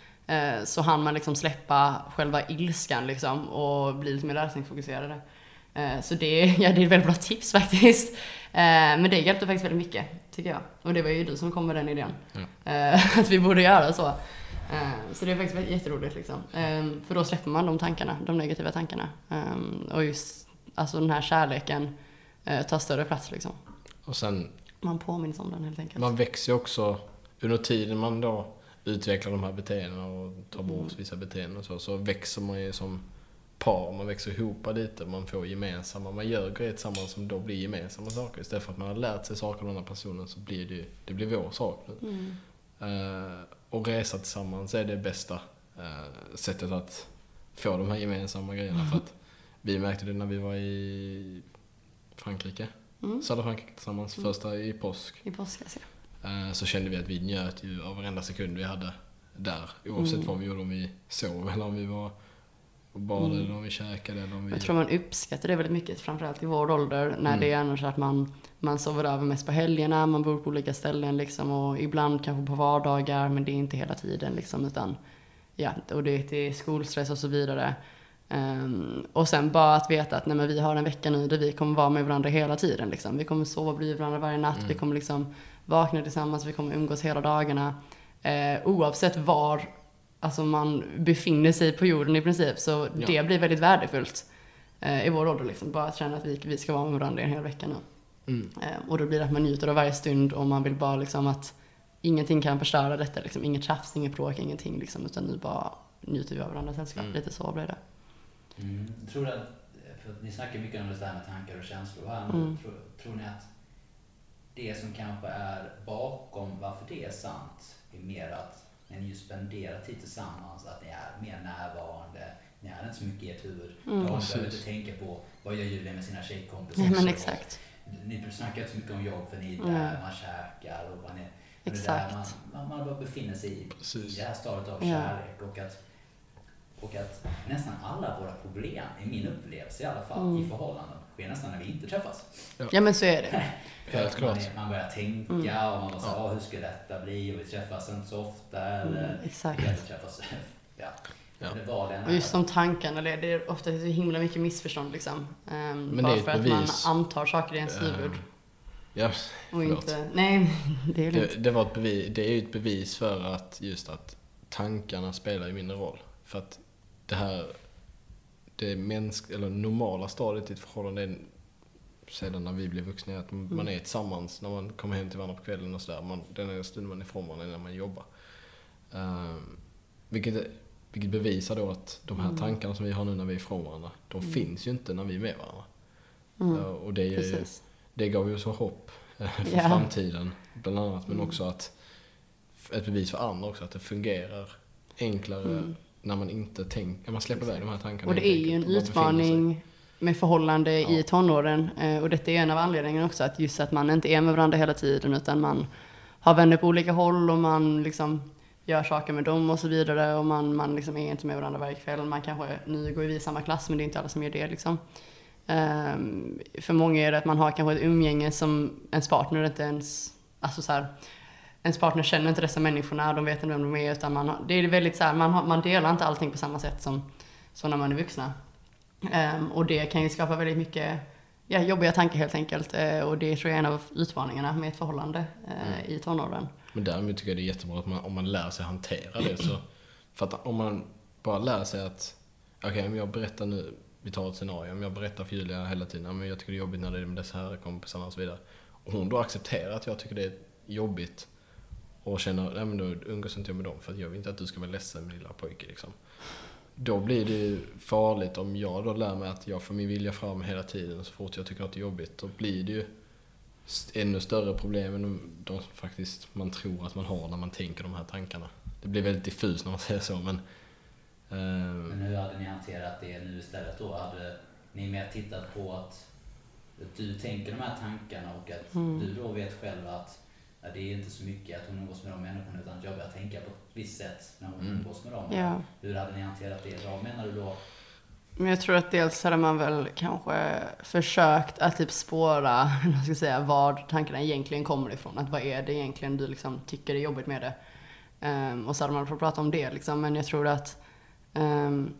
Så hann man liksom släppa själva ilskan liksom och bli lite mer lösningsfokuserade. Så det, ja, det är ett väldigt bra tips faktiskt. Men det hjälpte faktiskt väldigt mycket, tycker jag. Och det var ju du som kom med den idén. Ja. Att vi borde göra så. Så det är faktiskt jätteroligt liksom. För då släpper man de tankarna, de negativa tankarna. Och just alltså den här kärleken tar större plats liksom. Och sen, man påminns om den helt enkelt. Man växer också under tiden man då utvecklar de här beteendena och tar bort Mm. vissa beteenden och så, så växer man ju som par, man växer ihop lite, man får gemensamma, man gör grejer tillsammans som då blir gemensamma saker. Istället för att man har lärt sig saker av den här personen, så blir det, det blir vår sak nu. Mm. Uh, och resa tillsammans är det bästa uh, sättet att få de här gemensamma grejerna. Mm. För att vi märkte det när vi var i Frankrike, Mm. södra Frankrike tillsammans, Mm. första i påsk. I påskas, ja. Så kände vi att vi njöt ju av varenda sekund vi hade där. Oavsett Mm. vad vi gjorde, om vi sov eller om vi var och badade Mm. eller om vi käkade eller om vi... Jag tror man uppskattar det väldigt mycket, framförallt i vår ålder, när Mm. det är annars att man, man sover över mest på helgerna, man bor på olika ställen liksom, och ibland kanske på vardagar, men det är inte hela tiden liksom, utan ja, och det är skolstress och så vidare. Um, och sen bara att veta att nej, men vi har en vecka nu där vi kommer vara med varandra hela tiden liksom. Vi kommer sova bredvid varandra varje natt, Mm. vi kommer liksom vakna tillsammans, vi kommer umgås hela dagarna. Eh, oavsett var alltså man befinner sig på jorden i princip, så Ja. det blir väldigt värdefullt eh, i vår ålder liksom. Bara att känna att vi, vi ska vara med varandra en hel vecka nu. Mm. Eh, och då blir det att man njuter av varje stund, och man vill bara liksom att ingenting kan förstöra detta liksom. Inget tjafs, inget bråk, ingenting liksom, utan nu bara njuter vi av varandras sällskap. Mm. Lite så blir det. Mm. Tror du att, för att ni snackar mycket om det här med tankar och känslor här nu, Mm. tror, tror ni att det som kanske är bakom varför det är sant är mer att när ni just spenderar tid tillsammans, att ni är mer närvarande, ni är inte så mycket i ert huvud. Mm. Då Precis. behöver inte tänka på vad gör Julia med sina tjejkompisar. Nej, men Så, exakt. och Ni snackar inte så mycket om jobb, för ni är där, Mm. man käkar och man är Exakt. där, man, man, man bara befinner sig i, Precis. i det här stadiet av Ja. kärlek, och att Och att nästan alla våra problem, i min upplevelse i alla fall, Mm. i förhållanden, sker nästan när vi inte träffas. Ja, men så är det. För Helt att man, klart. är, man börjar tänka Mm. och man bara så, ja. hur ska detta bli? Och vi träffas inte så ofta. Eller Mm, exakt. vi kan inte träffas. Ja. Ja. Det var den Och just som tankarna, det, det är ofta så himla mycket missförstånd liksom. Um, Men bara det är för ett att man bevis. antar saker i ens huvud. Ja, Och förlåt. inte, nej, det är lugnt. det, det, var ett bevis, det är ju ett bevis för att just att tankarna spelar ju mindre roll. För att det här, det mänsk, eller normala stadiet i ett förhållande är sedan när vi blev vuxna, är att man, Mm. man är tillsammans när man kommer hem till varandra på kvällen och sådär. Man, den är stunden man är ifrån varandra när man jobbar. Um, vilket, vilket bevisar då att de här Mm. tankarna som vi har nu när vi är ifrån varandra, de Mm. finns ju inte när vi är med varandra. Mm. Uh, och det, är ju, Precis. det gav ju så hopp eh, för Ja. framtiden bland annat, men Mm. också att ett bevis för andra också, att det fungerar enklare Mm. när man inte tänker, man släpper iväg de här tankarna. Och det helt är ju en enkelt, och bara befinner sig. utmaning med förhållande Ja. i tonåren. Eh, Och detta är en av anledningarna också, att just att man inte är med varandra hela tiden, utan man har vänner på olika håll och man liksom gör saker med dem och så vidare, och man, man liksom är inte med varandra varje kväll. Man kanske, nu går vi i samma klass, men det är inte alla som gör det liksom. Um, för många är det att man har kanske ett umgänge som ens partner inte ens, alltså så här, ens partner känner inte dessa människorna, de vet inte vem de är, utan man har, det är väldigt så här, man, har, man delar inte allting på samma sätt som, som när man är vuxna. Um, och det kan ju skapa väldigt mycket ja, jobbiga tankar helt enkelt. Eh, och det tror jag är en av utmaningarna med ett förhållande eh, mm. i tonåren. Men däremot tycker jag det är jättebra att man, om man lär sig hantera det. Så, för att om man bara lär sig att okej, okay, om jag berättar nu, vi tar ett scenario, om jag berättar för Julia hela tiden, men jag tycker det är jobbigt när det är med dessa här kompisarna och så vidare. Och hon då accepterar att jag tycker det är jobbigt och känner, nej men då umgås inte jag med dem för att jag vill inte att du ska vara ledsen min lilla pojke liksom. Då blir det ju farligt om jag då lär mig att jag får min vilja fram hela tiden så fort jag tycker något är jobbigt. Då blir det ju ännu större problem än de som faktiskt man tror att man har när man tänker de här tankarna. Det blir väldigt diffus när man säger så, men... Eh... Men hur hade ni hanterat det nu istället då? Hade ni mer tittat på att, att du tänker de här tankarna och att mm. du då vet själv att ja, det är inte så mycket att hon umgås med de människorna utan att jag börjar tänka på ett visst sätt när hon mm. umgås med dem. Ja. Hur hade ni hanterat det? Vad menar du då? Men jag tror att dels hade man väl kanske försökt att typ spåra jag ska säga, var tankarna egentligen kommer ifrån. Att vad är det egentligen du liksom tycker är jobbigt med det? Um, och så hade man fått prata om det liksom. Men jag tror att um,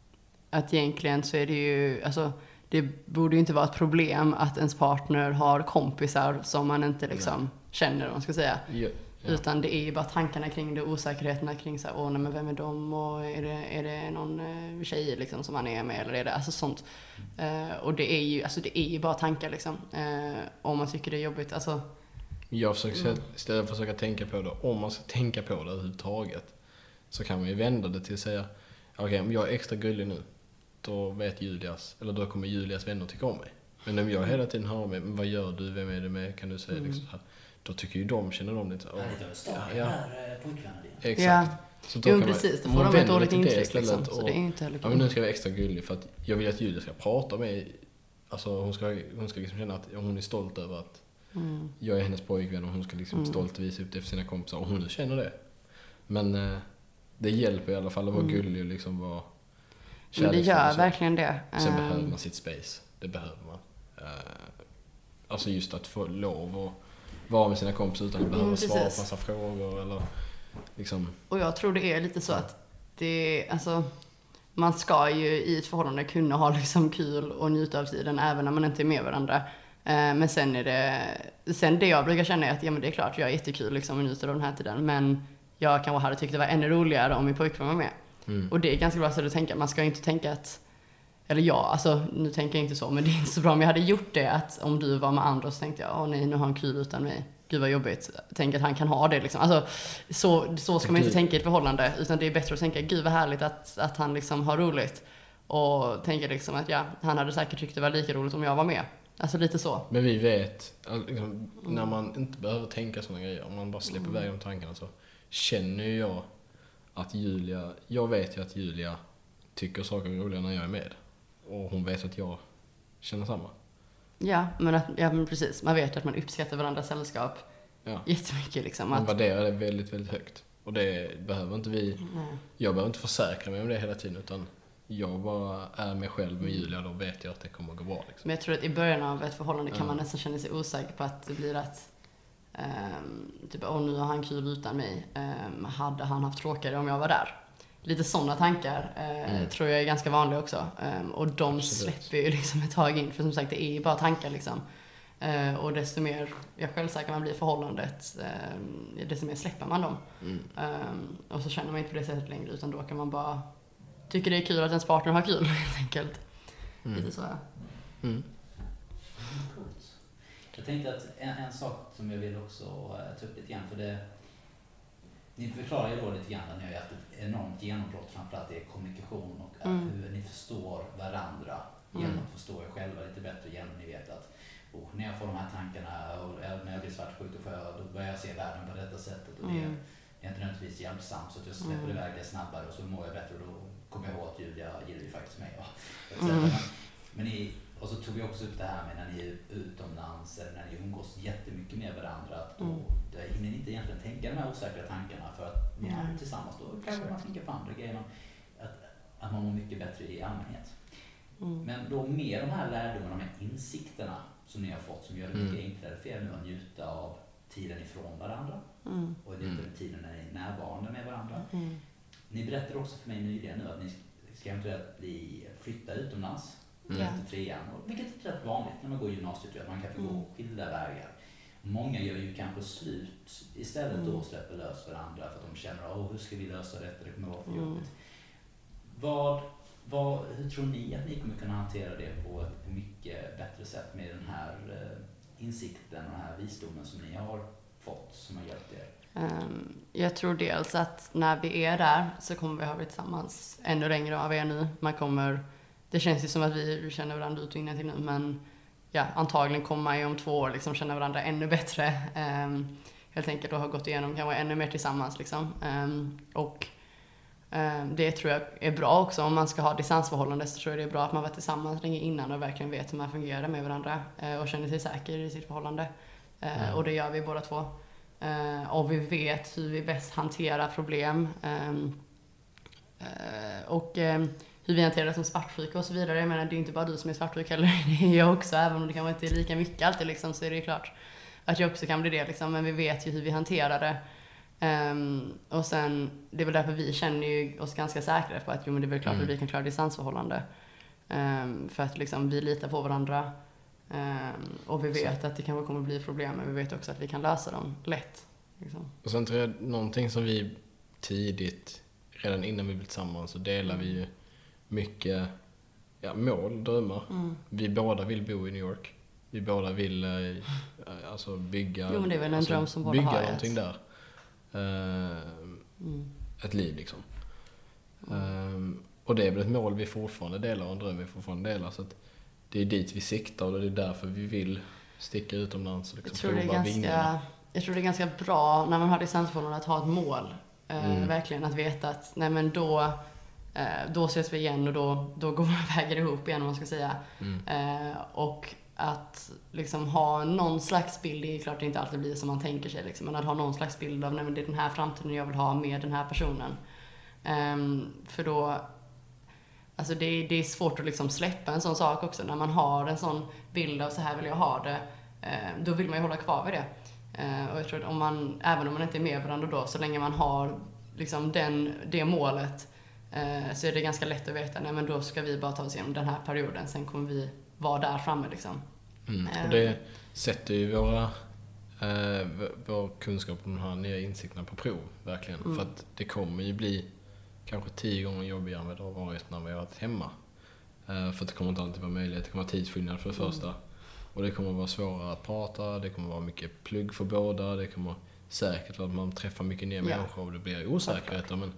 att egentligen så är det ju alltså, det borde ju inte vara ett problem att ens partner har kompisar som man inte liksom känner, om man ska säga. Ja. Ja. Utan det är ju bara tankarna kring det, osäkerheterna kring så här, åh nej, men vem är de och är det, är det någon eh, tjej liksom som han är med eller är det, alltså sånt. Mm. Uh, och det är ju, alltså det är ju bara tankar liksom. Uh, om man tycker det är jobbigt, alltså. Jag försöker mm. istället för att försöka tänka på det, om man ska tänka på det överhuvudtaget, så kan man ju vända det till att säga, okej okay, om jag är extra gullig nu, då vet Julias, eller då kommer Julias vänner tycka om mig. Men om jag hela tiden hör mig, men vad gör du, vem är det med, kan du säga mm. liksom så här. Då tycker ju de, känner de lite. Ja, lite av start, ja, ja. Här pojkvänner dina. Exakt. Ja. Så då jo, kan precis. Man, då får de ett dåligt intryck liksom. Och, så det är inte heller ja, men nu ska jag vara extra gullig för att jag vill att Julia ska prata med mig. Alltså hon ska, hon ska liksom känna att hon är stolt över att mm. jag är hennes pojkvän och hon ska liksom mm. stolt visa ut det för sina kompisar. Och hon nu känner det. Men eh, det hjälper i alla fall att vara mm. gullig och liksom vara kärleksfull. Men det gör verkligen det. Sen um... behöver Mm. man sitt space. Det behöver man. Uh, alltså just att få lov och vara med sina kompisar utan att behöva mm, svara på massa frågor eller liksom. Och jag tror det är lite så att det, alltså, man ska ju i ett förhållande kunna ha liksom kul och njuta av tiden även när man inte är med varandra. Eh, men sen är det, sen det jag brukar känna är att ja, men det är klart jag är jättekul liksom och njuter av den här tiden, men jag kanske hade tyckt det var ännu roligare om min pojkvän var med. Mm. Och det är ganska bra så att tänka, man ska inte tänka att, eller ja, alltså nu tänker jag inte så, men det är inte så bra om jag hade gjort det, att om du var med andra så tänkte jag, åh nej, nu har han kul utan mig. Gud vad jobbigt. Tänk att han kan ha det liksom. Alltså, så, så ska man inte tänka i ett förhållande, utan det är bättre att tänka, gud vad härligt att, att han liksom har roligt. Och tänka liksom att ja, han hade säkert tyckt det var lika roligt om jag var med. Alltså lite så. Men vi vet, liksom, mm. när man inte behöver tänka sådana grejer, om man bara släpper mm. iväg de tankarna, så känner jag att Julia, jag vet ju att Julia tycker saker är roliga när jag är med. Och hon vet att jag känner samma. Ja, men, att, ja, men precis. Man vet att man uppskattar varandras sällskap ja. jättemycket. Liksom, man värderar det väldigt, väldigt högt. Och det behöver inte vi... Mm. Jag behöver inte försäkra mig om det hela tiden, utan jag bara är mig själv med Julia, och då vet jag att det kommer att gå bra. Liksom. Men jag tror att i början av ett förhållande kan mm. man nästan känna sig osäker på att det blir att um, typ, åh nu har han kul utan mig. Um, hade han haft tråkigare om jag var där? Lite sådana tankar eh, mm. tror jag är ganska vanliga också. Um, och de Absolut. släpper ju liksom ett tag in. För som sagt, det är ju bara tankar liksom. Uh, och desto mer jag självsäker man blir i förhållandet, uh, desto mer släpper man dem. Mm. Um, och så känner man inte på det sättet längre, utan då kan man bara tycka det är kul att ens partner har kul, helt enkelt. Mm. Lite så, ja. Mm. Jag tänkte att en, en sak som jag vill också uh, ta upp lite grann, för det ni förklarar ju då lite grann att ni har haft ett enormt genombrott, framförallt i kommunikation och mm. hur ni förstår varandra genom mm. att förstå er själva lite bättre, genom att ni vet att oh, när jag får de här tankarna och när jag blir svartsjuk då, får jag, då börjar jag se världen på detta sättet och det, mm. det är inte nödvändigtvis hjälpsamt, så att jag släpper mm. iväg det snabbare och så mår jag bättre och då kommer jag ihåg att Julia gillar ju faktiskt mig. Ja. Mm. Men, men ni, och så tog vi också upp det här med när ni är utomlands eller när ni umgås jättemycket med varandra, att då, mm. då hinner ni inte egentligen tänka de här osäkra tankarna för att ni är mm. tillsammans, då kanske man tänker på andra grejer, att, att man mår mycket bättre i allmänhet. Mm. Men då med de här lärdomarna, de här insikterna som ni har fått, som gör det mycket mm. enklare för er nu att njuta av tiden ifrån varandra mm. och det är inte tiden när ni är närvarande med varandra. Mm. Ni berättade också för mig nyligen nu att ni ska eventuellt bli flytta utomlands mm. efter trean. Vilket är rätt vanligt när man går gymnasiet, att man kan få mm. gå skilda vägar. Många gör ju kanske slut istället mm. då och släpper lös varandra för att de känner att hur ska vi lösa detta, det kommer vara för jobbigt. Mm. Vad, vad, hur tror ni att ni kommer kunna hantera det på ett mycket bättre sätt med den här eh, insikten och den här visdomen som ni har fått som har hjälpt er? Um, jag tror dels att när vi är där så kommer vi ha varit tillsammans ännu längre än vad vi är nu. Man kommer, det känns ju som att vi känner varandra ut och in till nu, men ja, antagligen kommer man ju om två år liksom känna varandra ännu bättre. Um, helt enkelt och ha gått igenom kan vara ännu mer tillsammans liksom. Um, och um, det tror jag är bra också. Om man ska ha distansförhållande så tror jag det är bra att man varit tillsammans länge innan och verkligen vet hur man fungerar med varandra uh, och känner sig säker i sitt förhållande. Uh, mm. Och det gör vi båda två. Uh, och vi vet hur vi bäst hanterar problem. Um, uh, och um, hur vi hanterar det som svartsjuka och så vidare. Jag menar, det är inte bara du som är svartsjuk heller, det är jag också. Även om det kanske inte är lika mycket alltid liksom, så är det ju klart att jag också kan bli det liksom. Men vi vet ju hur vi hanterar det. Um, och sen, det är väl därför vi känner ju oss ganska säkra på att jo, men det är väl klart mm. att vi kan klara distansförhållande. Um, för att liksom, vi litar på varandra. Um, och vi vet så att det kanske kommer bli problem, men vi vet också att vi kan lösa dem lätt. Liksom. Och sen tror jag någonting som vi tidigt, redan innan vi blev tillsammans, så delar mm. vi ju mycket ja, mål, drömmar. Mm. Vi båda vill bo i New York. Vi båda vill eh, alltså bygga, jo, men det är väl en alltså, dröm som båda bygga har någonting där. Uh, mm. Ett liv liksom. Mm. Uh, och det är väl ett mål vi fortfarande delar och en dröm vi fortfarande delar. Så att det är dit vi siktar och det är därför vi vill sticka utomlands och liksom jag tror, det är ganska, jag tror det är ganska bra när man har distansförhållande att ha ett mål. Uh, mm. Verkligen att veta att nej, men då då ses vi igen och då, då går våra vägar ihop igen om man ska säga. Mm. Eh, och att liksom ha någon slags bild, det är klart det inte alltid blir som man tänker sig liksom, men att ha någon slags bild av nej, men det är den här framtiden jag vill ha med den här personen. Eh, för då alltså det, det är svårt att liksom släppa en sån sak också när man har en sån bild av så här vill jag ha det. Eh, då vill man ju hålla kvar vid det. Eh, och jag tror att om man, även om man inte är med varandra då, så länge man har liksom den, det målet, så är det ganska lätt att veta, nej men då ska vi bara ta oss igenom den här perioden, sen kommer vi vara där framme liksom. Mm. Och det sätter ju våra eh, vår kunskap om de här nya insikterna på prov, verkligen. Mm. För att det kommer ju bli kanske tio gånger jobbigare än vad det har varit när vi har varit hemma. Eh, för att det kommer inte alltid vara möjligt, det kommer vara tidsskillnad för det mm. första. Och det kommer vara svårare att prata, det kommer vara mycket plugg för båda, det kommer säkert vara att man träffar mycket nya ja. människor och det blir osäkerheter, men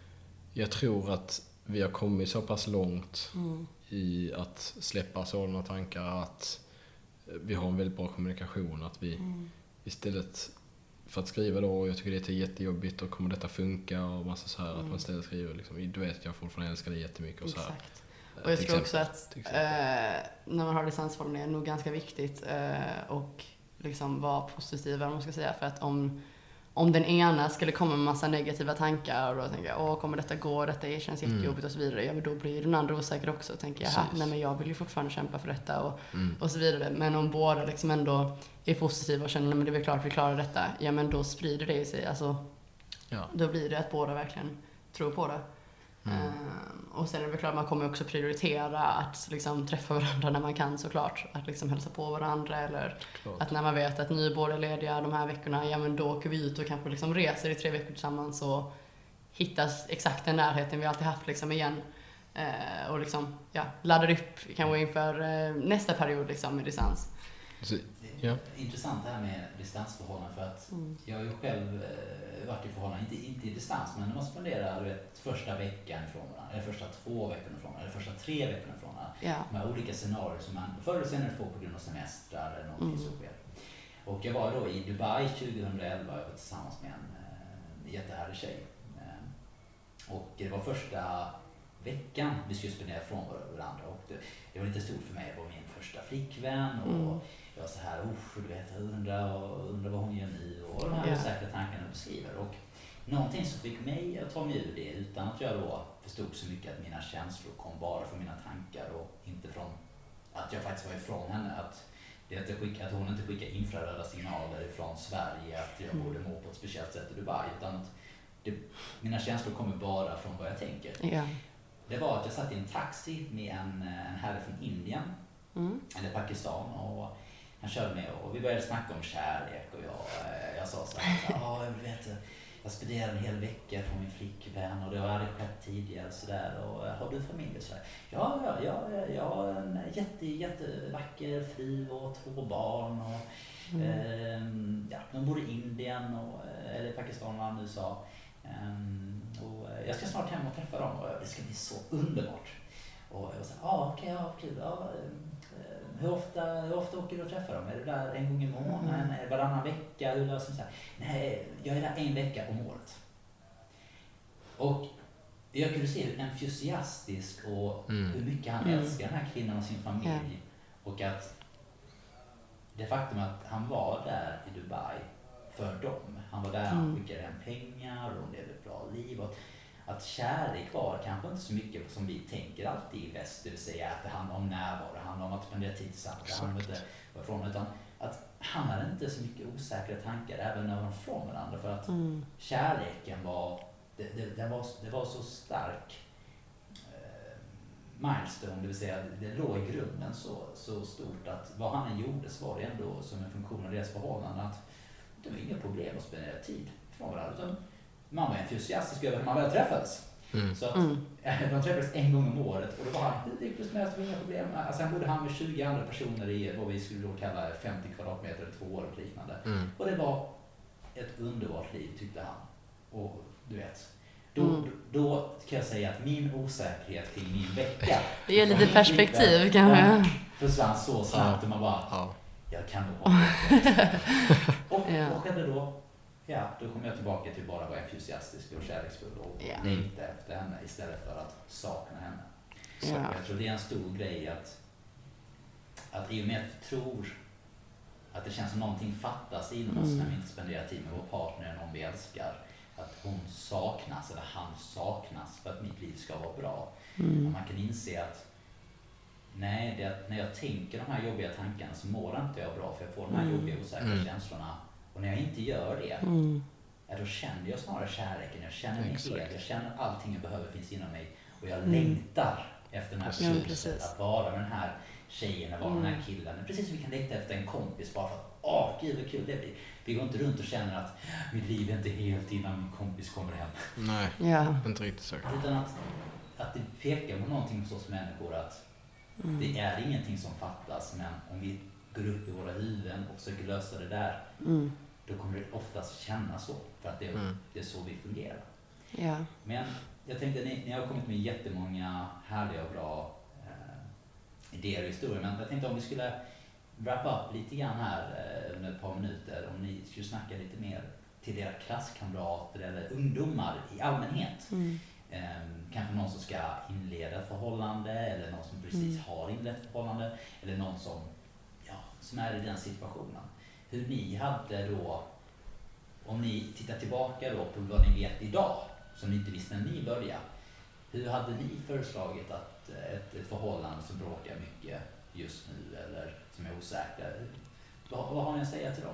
jag tror att vi har kommit så pass långt mm. i att släppa sådana tankar att vi har en väldigt bra kommunikation. Att vi mm. istället för att skriva då, jag tycker det är jättejobbigt och kommer detta funka och massa så här mm. att man istället skriver liksom, du vet jag fortfarande älskar det jättemycket och så här. Exakt. Och jag tror också att eh, när man har distansförhållanden är det nog ganska viktigt eh, och liksom vara positiv, vad man ska säga, för att om Om den ena skulle komma med massa negativa tankar och då tänker jag, åh kommer detta gå, detta känns jättejobbigt mm. och så vidare. Ja, men då blir den andra osäker också och tänker jag, nej men jag vill ju fortfarande kämpa för detta och, mm. och så vidare. Men om båda liksom ändå är positiva och känner, nej men det är väl klart vi klarar detta. Ja men då sprider det sig, alltså ja. Då blir det att båda verkligen tror på det. Mm. Um, och sen är det väl klart man kommer också prioritera att liksom träffa varandra när man kan såklart. Att liksom hälsa på varandra eller klart. Att när man vet att ni är båda lediga de här veckorna, ja men då åker vi ut och kanske liksom reser i tre veckor tillsammans och hittas exakt den närheten vi alltid haft liksom igen. Uh, och liksom ja, laddar upp kanske inför uh, nästa period liksom med distans. Så, ja. Intressant det här med distansförhållanden för att mm. jag har ju själv eh, varit i förhållanden, inte, inte i distans, men när man spenderar vet, första veckan ifrån varandra, eller första två veckorna ifrån varandra, eller första tre veckorna ifrån varandra. Ja. Med olika scenarier som man förr eller senare får på grund av semestrar eller någonting mm. som sker. Och jag var då i Dubai tjugohundraelva och jag var tillsammans med en eh, jättehärlig tjej. Eh, och det var första veckan vi skulle spendera från varandra och det, det var lite stort för mig, det var min första flickvän och mm. jag var så här, usch, du vet, jag undrar, och undrar vad hon gör nu och de här yeah. osäkra tankarna du beskriver. Och någonting som fick mig att ta mig ur det utan att jag då förstod så mycket att mina känslor kom bara från mina tankar och inte från att jag faktiskt var ifrån henne. Att, det att, skicka, att hon inte skickar infraröda signaler ifrån Sverige att jag borde må på ett speciellt sätt i Dubai. Utan att det, mina känslor kommer bara från vad jag tänker. Yeah. det var att jag satt i en taxi med en, en herre från Indien, mm. eller Pakistan, och han körde med och vi började snacka om kärlek och jag, jag sa så här, ja jag vet jag spenderade en hel vecka från min flickvän och det hade skett tidigare så där, och har du familj så här? Ja, ja, ja, jag har en jätte, jättevacker fru och två barn och mm. eh, ja, de bor i Indien och, eller Pakistan och U S A. Um, och jag ska snart hem och träffa dem och det ska bli så underbart. Och jag sa, ah, okej, okay, ja, kul. Ja, hur, ofta, hur ofta åker du och träffar dem? Är du där en gång i månaden? Mm. Är det varannan vecka? Hur löser så här? Nej, jag är där en vecka om året. Och jag kunde se hur entusiastisk och mm. hur mycket han mm. älskar den här kvinnan och sin familj. Mm. Och att det faktum att han var där i Dubai för dem. Han var där, han skickade hem pengar och de levde ett bra liv. Och att kärlek var kanske inte så mycket som vi tänker alltid i väst, det vill säga att det handlar om närvaro, det handlar om att spendera tid tillsammans, det handlar inte varifrån, utan att han hade inte så mycket osäkra tankar även när de var från varandra, för att mm. kärleken var det, det, det var, det var så stark eh, milestone, det vill säga det låg i grunden så, så stort att vad han än gjorde så var det ändå som en funktion av deras förhållande att det var inga problem att spendera tid från varandra, utan man var entusiastisk över att man väl träffades. Mm. Så att mm. de träffades en gång om året och då var han hur lyckligt som helst, inga problem. Alltså han bodde han med tjugo andra personer i vad vi skulle då kalla femtio kvadratmeter eller två år och liknande. Mm. Och det var ett underbart liv tyckte han. Och du vet, då, mm. då kan jag säga att min osäkerhet kring min vecka. Det ger lite perspektiv kanske. Försvann så snabbt och man bara, ja. jag kan nog ha det. Och ja. vad skedde då? Ja, då kom jag tillbaka till bara att vara entusiastisk och kärleksfull och yeah. längta efter henne istället för att sakna henne. Så yeah. jag tror det är en stor grej att, att i och med att vi tror att det känns som någonting fattas inom oss mm. när vi inte spenderar tid med vår partner eller någon vi älskar. Att hon saknas eller han saknas för att mitt liv ska vara bra. Mm. Och man kan inse att nej, det att när jag tänker de här jobbiga tankarna så mår inte jag bra för jag får de här mm. jobbiga osäkra mm. känslorna. Och när jag inte gör det, mm. ja, då känner jag snarare kärleken. Jag känner mig hel. Jag känner att allting jag behöver finns inom mig. Och jag mm. längtar efter den här precis. Att vara med den här tjejen, att vara mm. den här killen. Precis som vi kan längta efter en kompis bara för att, åh gud vad kul det blir. Vi går inte runt och känner att mitt liv är inte helt innan min kompis kommer hem. Nej, ja. inte riktigt så. Utan att, att det pekar på någonting hos oss människor att mm. det är ingenting som fattas. Men om vi går upp i våra huvuden och försöker lösa det där. Mm. Då kommer det oftast kännas så. För att det, mm. det är så vi fungerar. Ja. Men jag tänkte, ni, ni har kommit med jättemånga härliga och bra eh, idéer och historier. Men jag tänkte om vi skulle wrap up lite grann här eh, under ett par minuter. Om ni skulle snacka lite mer till era klasskamrater eller ungdomar i allmänhet. Mm. Eh, kanske någon som ska inleda ett förhållande. Eller någon som precis mm. har inlett ett förhållande. Eller någon som, ja, som är i den situationen. Hur ni hade då, om ni tittar tillbaka då på vad ni vet idag, som ni inte visste när ni började. Hur hade ni föreslagit att ett, ett förhållande som bråkar mycket just nu eller som är osäkra, vad, vad har ni att säga till dem?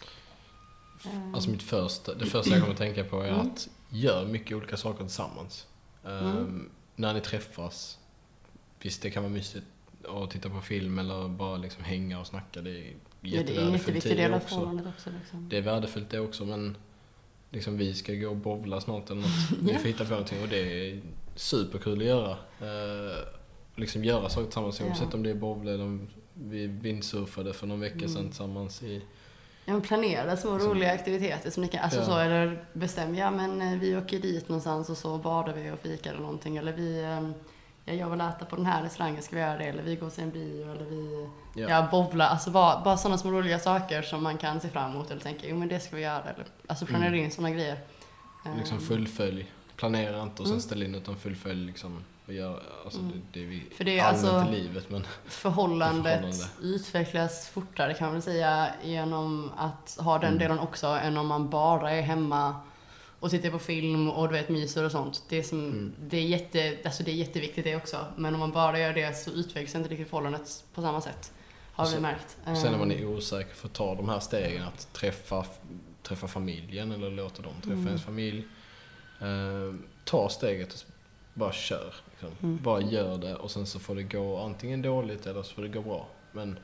Mm. Alltså mitt första, det första jag kommer att tänka på är mm. att göra mycket olika saker tillsammans. Mm. Um, när ni träffas, visst det kan vara mysigt att titta på film eller bara liksom hänga och snacka, det är jättevärdefullt det också. också liksom. Det är värdefullt det också, men liksom vi ska gå och bowla snart eller något. Vi får hitta på någonting och det är superkul att göra. Uh, liksom göra saker tillsammans, oavsett ja. om det är bowla eller om vi vindsurfade för någon vecka mm. sedan tillsammans i... Ja, men planera små som, roliga aktiviteter som ni kan, alltså ja. så, eller bestäm, ja men vi åker dit någonstans och så badar vi och fikar eller någonting, eller vi... Ja, jag vill äta på den här restaurangen, ska vi göra det? Eller vi går till en bio, eller vi ja. ja, bowla. Alltså bara, bara sådana små roliga saker som man kan se fram emot eller tänka, jo men det ska vi göra. Eller, alltså planera mm. in sådana grejer. Liksom fullfölj. Planera inte och sen mm. ställa in utan fullfölj liksom. Och göra, alltså mm. det, det är vi För det är alltså, i livet, men förhållandet förhållande. utvecklas fortare kan man väl säga genom att ha den mm. delen också än om man bara är hemma och tittar på film och du vet myser och sånt. Det är, som, mm. det, är jätte, alltså det är jätteviktigt det också. Men om man bara gör det så utvecklas inte riktigt förhållandet på samma sätt. Har vi märkt. Sen när man är osäker för att ta de här stegen, att träffa, träffa familjen eller låta dem träffa mm. ens familj. Eh, ta steget och bara kör. Liksom. Mm. Bara gör det och sen så får det gå antingen dåligt eller så får det gå bra. Men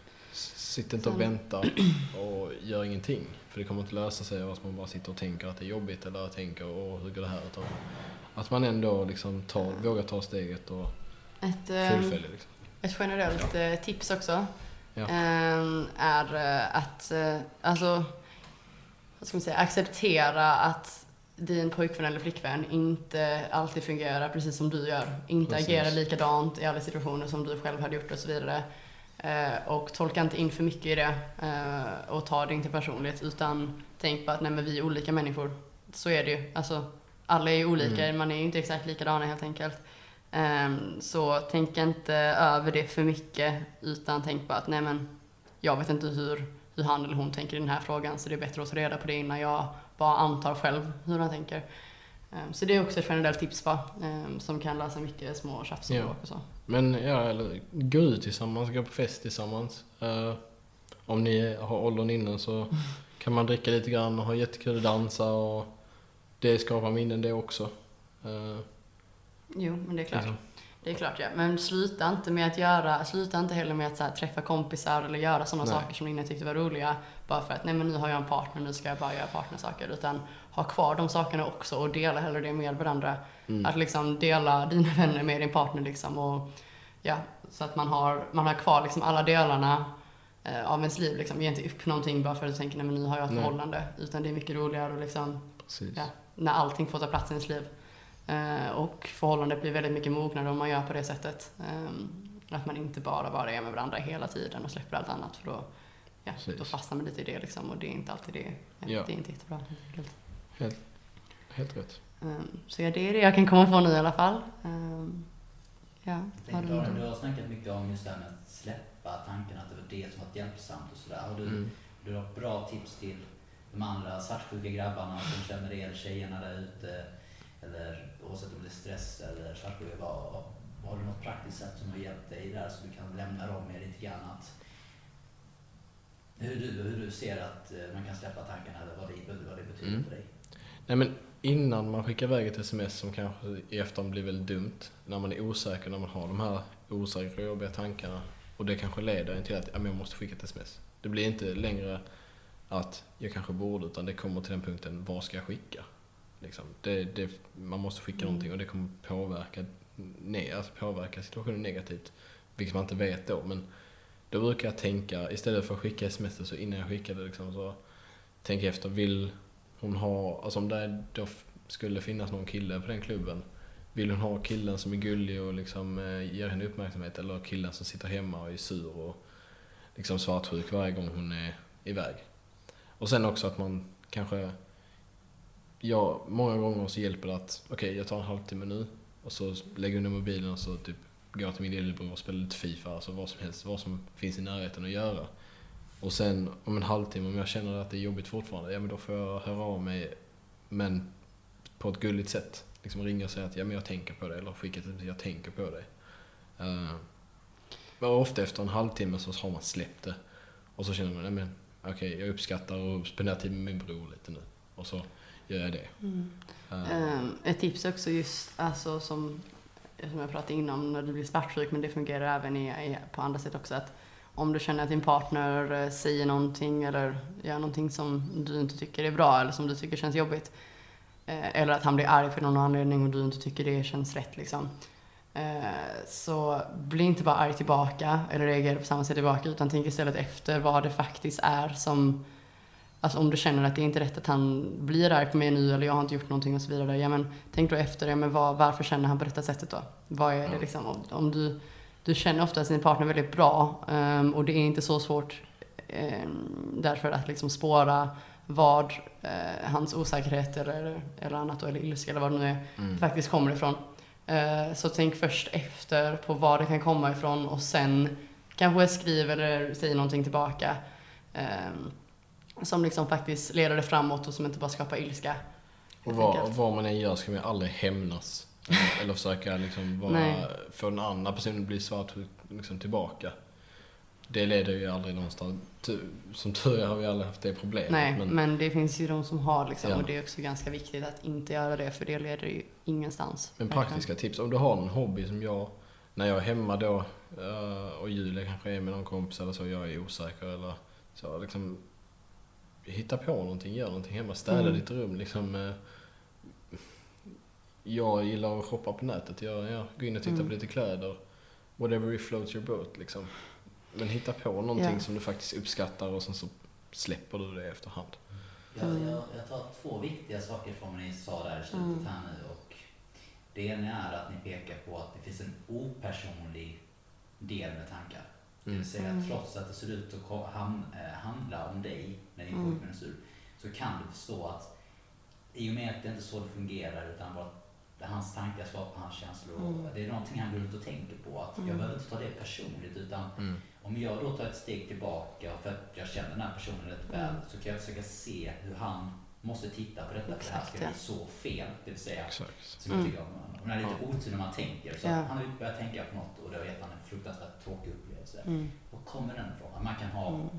sitt inte och vänta och gör ingenting. För det kommer inte lösa sig av att man bara sitter och tänker att det är jobbigt eller tänker åh hur går det här? Utan att man ändå liksom tar, vågar ta steget och Ett, fullföljer. Liksom. ett generellt eh, tips också Ja. eh, är eh, att eh, alltså, vad ska man säga, acceptera att din pojkvän eller flickvän inte alltid fungerar precis som du gör. Inte Precis. agera likadant i alla situationer som du själv hade gjort och så vidare. Eh, och tolka inte in för mycket i det eh, och ta det inte personligt utan tänk på att nej, men vi är olika människor. Så är det ju. Alltså, alla är ju olika, Mm. man är ju inte exakt likadana helt enkelt. Um, så tänk inte över det för mycket utan tänk på att nej men jag vet inte hur, hur han eller hon tänker i den här frågan så det är bättre att ta reda på det innan jag bara antar själv hur han tänker. Um, så det är också ett generellt tips på, um, som kan lösa mycket små tjafs och Ja. bråk och så. Men ja, eller gå ut tillsammans, gå på fest tillsammans. Uh, om ni har åldern innan så kan man dricka lite grann och ha jättekul att dansa och det skapar minnen det också. Uh, Jo, men det är klart. liksom. Det är klart, ja. Men sluta inte med att göra, sluta inte heller med att så här, träffa kompisar eller göra sådana Nej. saker som ni innan tyckte var roliga. Bara för att, nej men nu har jag en partner, nu ska jag bara göra partnersaker. Utan ha kvar de sakerna också och dela hellre det med varandra. Mm. Att liksom dela dina vänner med din partner liksom och ja, så att man har, man har kvar liksom alla delarna eh, av ens liv liksom. Ge inte upp någonting bara för att du tänker, nej men nu har jag ett Nej. förhållande. Utan det är mycket roligare och liksom, Precis. ja, när allting får ta plats i ens liv. Uh, och förhållandet blir väldigt mycket mognare om man gör på det sättet. Um, att man inte bara, bara är med varandra hela tiden och släpper allt annat för då, ja, då fastnar man lite i det liksom, och det är inte alltid det. Ja. Det är inte jättebra. Helt, helt rätt. Um, så ja, det är det jag kan komma på nu i alla fall. Um, ja, Jag har du tänkte, något? du har snackat mycket om just det här med att släppa tanken att det var det som var hjälpsamt och sådär. Har du, Mm. du har bra tips till de andra svartsjuka grabbarna som känner er, tjejerna där ute? Eller oavsett om det är stress eller svartsjuka, vad, har du något praktiskt sätt som har hjälpt dig där så du kan lämna dem med lite grann att hur du, hur du ser att man kan släppa tankarna eller vad det, vad det betyder Mm. för dig? Nej, men innan man skickar iväg ett sms som kanske i efterhand blir väldigt dumt, när man är osäker, när man har de här osäkra och jobbiga tankarna och det kanske leder en till att ja, men jag måste skicka ett sms. Det blir inte längre att jag kanske borde, utan det kommer till den punkten, vad ska jag skicka? Liksom. Det, det, man måste skicka Mm. någonting och det kommer påverka, ne, alltså påverka situationen negativt, vilket man inte vet då. Men då brukar jag tänka, istället för att skicka sms så innan jag skickar det liksom, så tänker jag efter, vill hon ha, alltså om det då skulle finnas någon kille på den klubben, vill hon ha killen som är gullig och liksom eh, ger henne uppmärksamhet, eller killen som sitter hemma och är sur och liksom svartsjuk varje gång hon är iväg. Och sen också att man kanske, ja, många gånger så hjälper det att okej, okay, jag tar en halvtimme nu och så lägger jag ner mobilen och så typ går jag till min lillebror och spelar lite FIFA, alltså vad som helst, vad som finns i närheten att göra. Och sen om en halvtimme, om jag känner att det är jobbigt fortfarande, ja men då får jag höra av mig, men på ett gulligt sätt. Liksom ringa och säga att ja men jag tänker på dig, eller skicka till jag tänker på dig. Uh, och ofta efter en halvtimme så har man släppt det. Och så känner man, nej men okej, okay, jag uppskattar och spenderar tid med min bror lite nu. Och så gör jag det. Mm. Uh, Um, ett tips också just, alltså som, som jag pratade innan när du blir svartsjuk, men det fungerar även i, i, på andra sätt också, att om du känner att din partner säger någonting eller gör någonting som du inte tycker är bra eller som du tycker känns jobbigt, eh, eller att han blir arg för någon anledning och du inte tycker det känns rätt liksom, eh, så bli inte bara arg tillbaka eller reagera på samma sätt tillbaka, utan tänk istället efter vad det faktiskt är som, alltså om du känner att det är inte rätt att han blir arg på mig nu eller jag har inte gjort någonting och så vidare, ja men tänk då efter, ja men vad, varför känner han på detta sättet då? Vad är det liksom, om, om du Du känner ofta sin partner väldigt bra, um, och det är inte så svårt um, därför att liksom spåra vad uh, hans osäkerhet eller, eller annat då, eller ilska eller vad det nu är, mm. faktiskt kommer ifrån. Uh, så tänk först efter på vad det kan komma ifrån och sen kanske skriv eller säg någonting tillbaka um, som liksom faktiskt leder det framåt och som inte bara skapar ilska. Och vad, vad man än gör ska man aldrig hämnas. Eller försöka liksom bara få en annan person att bli svart liksom tillbaka. det leder ju aldrig någonstans. Som tur är har vi aldrig haft det problemet. Nej, men, men det finns ju de som har liksom, Ja. och det är också ganska viktigt att inte göra det, för det leder ju ingenstans. men praktiska tips, om du har en hobby som jag, när jag är hemma då eh, och Julia kanske är med någon kompis eller så, jag är osäker eller så, liksom hitta på någonting, gör någonting hemma, städa Mm. ditt rum liksom. eh, Jag gillar att shoppa på nätet, jag, jag går in och tittar Mm. på lite kläder, whatever floats your boat liksom. Men hitta på någonting Ja. som du faktiskt uppskattar och sen så släpper du det efterhand. Jag, Mm. jag, jag tar två viktiga saker från vad ni sa där i slutet Mm. här nu. Och det ena är att ni pekar på att det finns en opersonlig del med tankar. Det Mm. vill säga Mm. trots att det ser ut att ko- ham, eh, handla om dig när din Mm. pojkvän är sur, så kan du förstå att i och med att det inte är så det fungerar, utan bara att hans tankar skapar hans känslor. Mm. Och det är någonting han går runt och tänker på. Att jag Mm. behöver inte ta det personligt, utan Mm. om jag då tar ett steg tillbaka för att jag känner den här personen rätt väl, Mm. så kan jag försöka se hur han måste titta på detta, för det här ska Exakt, ja. bli så fel. Det vill säga, Exakt. som jag Mm. tycker om, om det är lite otur när man tänker. Så Ja. att han har ju börjat tänka på något och då vet han en fruktansvärt tråkig upplevelse. Mm. Var kommer den ifrån? Att man kan ha Mm.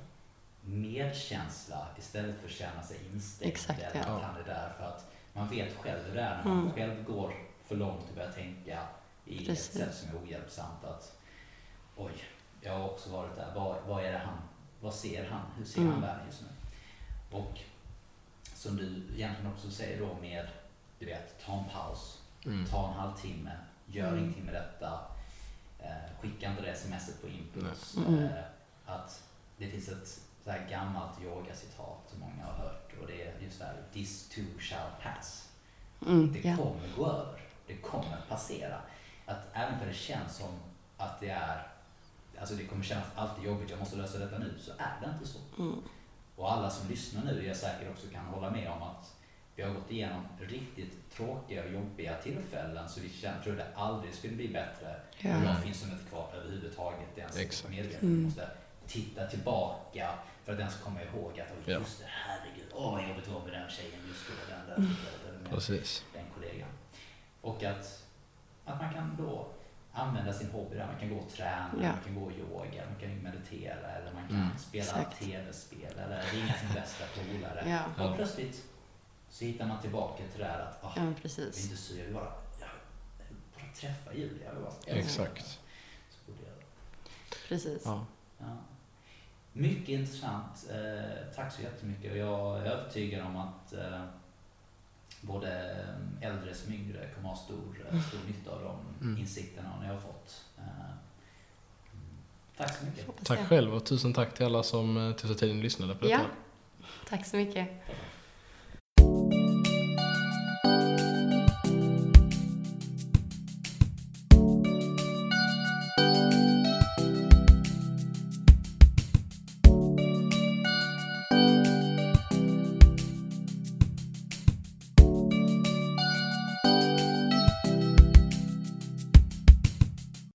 medkänsla istället för att känna sig instängd. Exakt, Eller ja. att han är där, för att man vet själv hur det är när man Mm. själv går för långt och börjar tänka i Precis. ett sätt som är ohjälpsamt. Att oj, jag har också varit där. Vad, vad är det han, vad ser han? Hur ser Mm. han världen just nu? Och som du egentligen också säger då med, du vet, ta en paus, Mm. ta en halvtimme, gör Mm. ingenting med detta, eh, skicka inte det smset på impuls. Nej. Mm. Eh, att det finns ett så här gammalt yoga-citat som många har hört, och det är just det här, this too shall pass. Mm. Det Ja. kommer gå över, det kommer passera. Att även för det känns som att det är, alltså det kommer kännas alltid jobbigt, jag måste lösa detta nu, så är det inte så. Mm. Och alla som lyssnar nu, jag säkert också kan hålla med om att vi har gått igenom riktigt tråkiga och jobbiga tillfällen, så vi känner, tror det aldrig skulle bli bättre. Ja. Och jag finns som inte kvar överhuvudtaget, det är ens Exakt. medveten. Mm. Vi måste titta tillbaka för att ens komma ihåg att oh, Ja. just det, herregud, åh vad jobbigt det var med den tjejen just då, den där, Mm. där, där, med Precis. den kollegan. Och att, att man kan då använda sin hobby där, man kan gå och träna, Ja. man kan gå och yoga, man kan meditera, eller man kan Mm. spela Exakt. tv-spel eller ringa sin bästa polare. Ja. Och plötsligt så hittar man tillbaka till det här att ah, Ja, men jag är precis. inte sur, jag vill bara, jag vill bara träffa Julia. Jag vill bara Exakt. Så borde jag. Precis. Ja. Ja. Mycket intressant. Eh, tack så jättemycket. Och jag är övertygad om att eh, både äldre som yngre kommer ha stor, eh, stor nytta av de Mm. insikterna ni har fått. Eh, mm. Tack så mycket. Hoppas Tack det. själv och tusen tack till alla som eh, tog sig tiden och lyssnade på detta. Ja. Tack så mycket. Tack.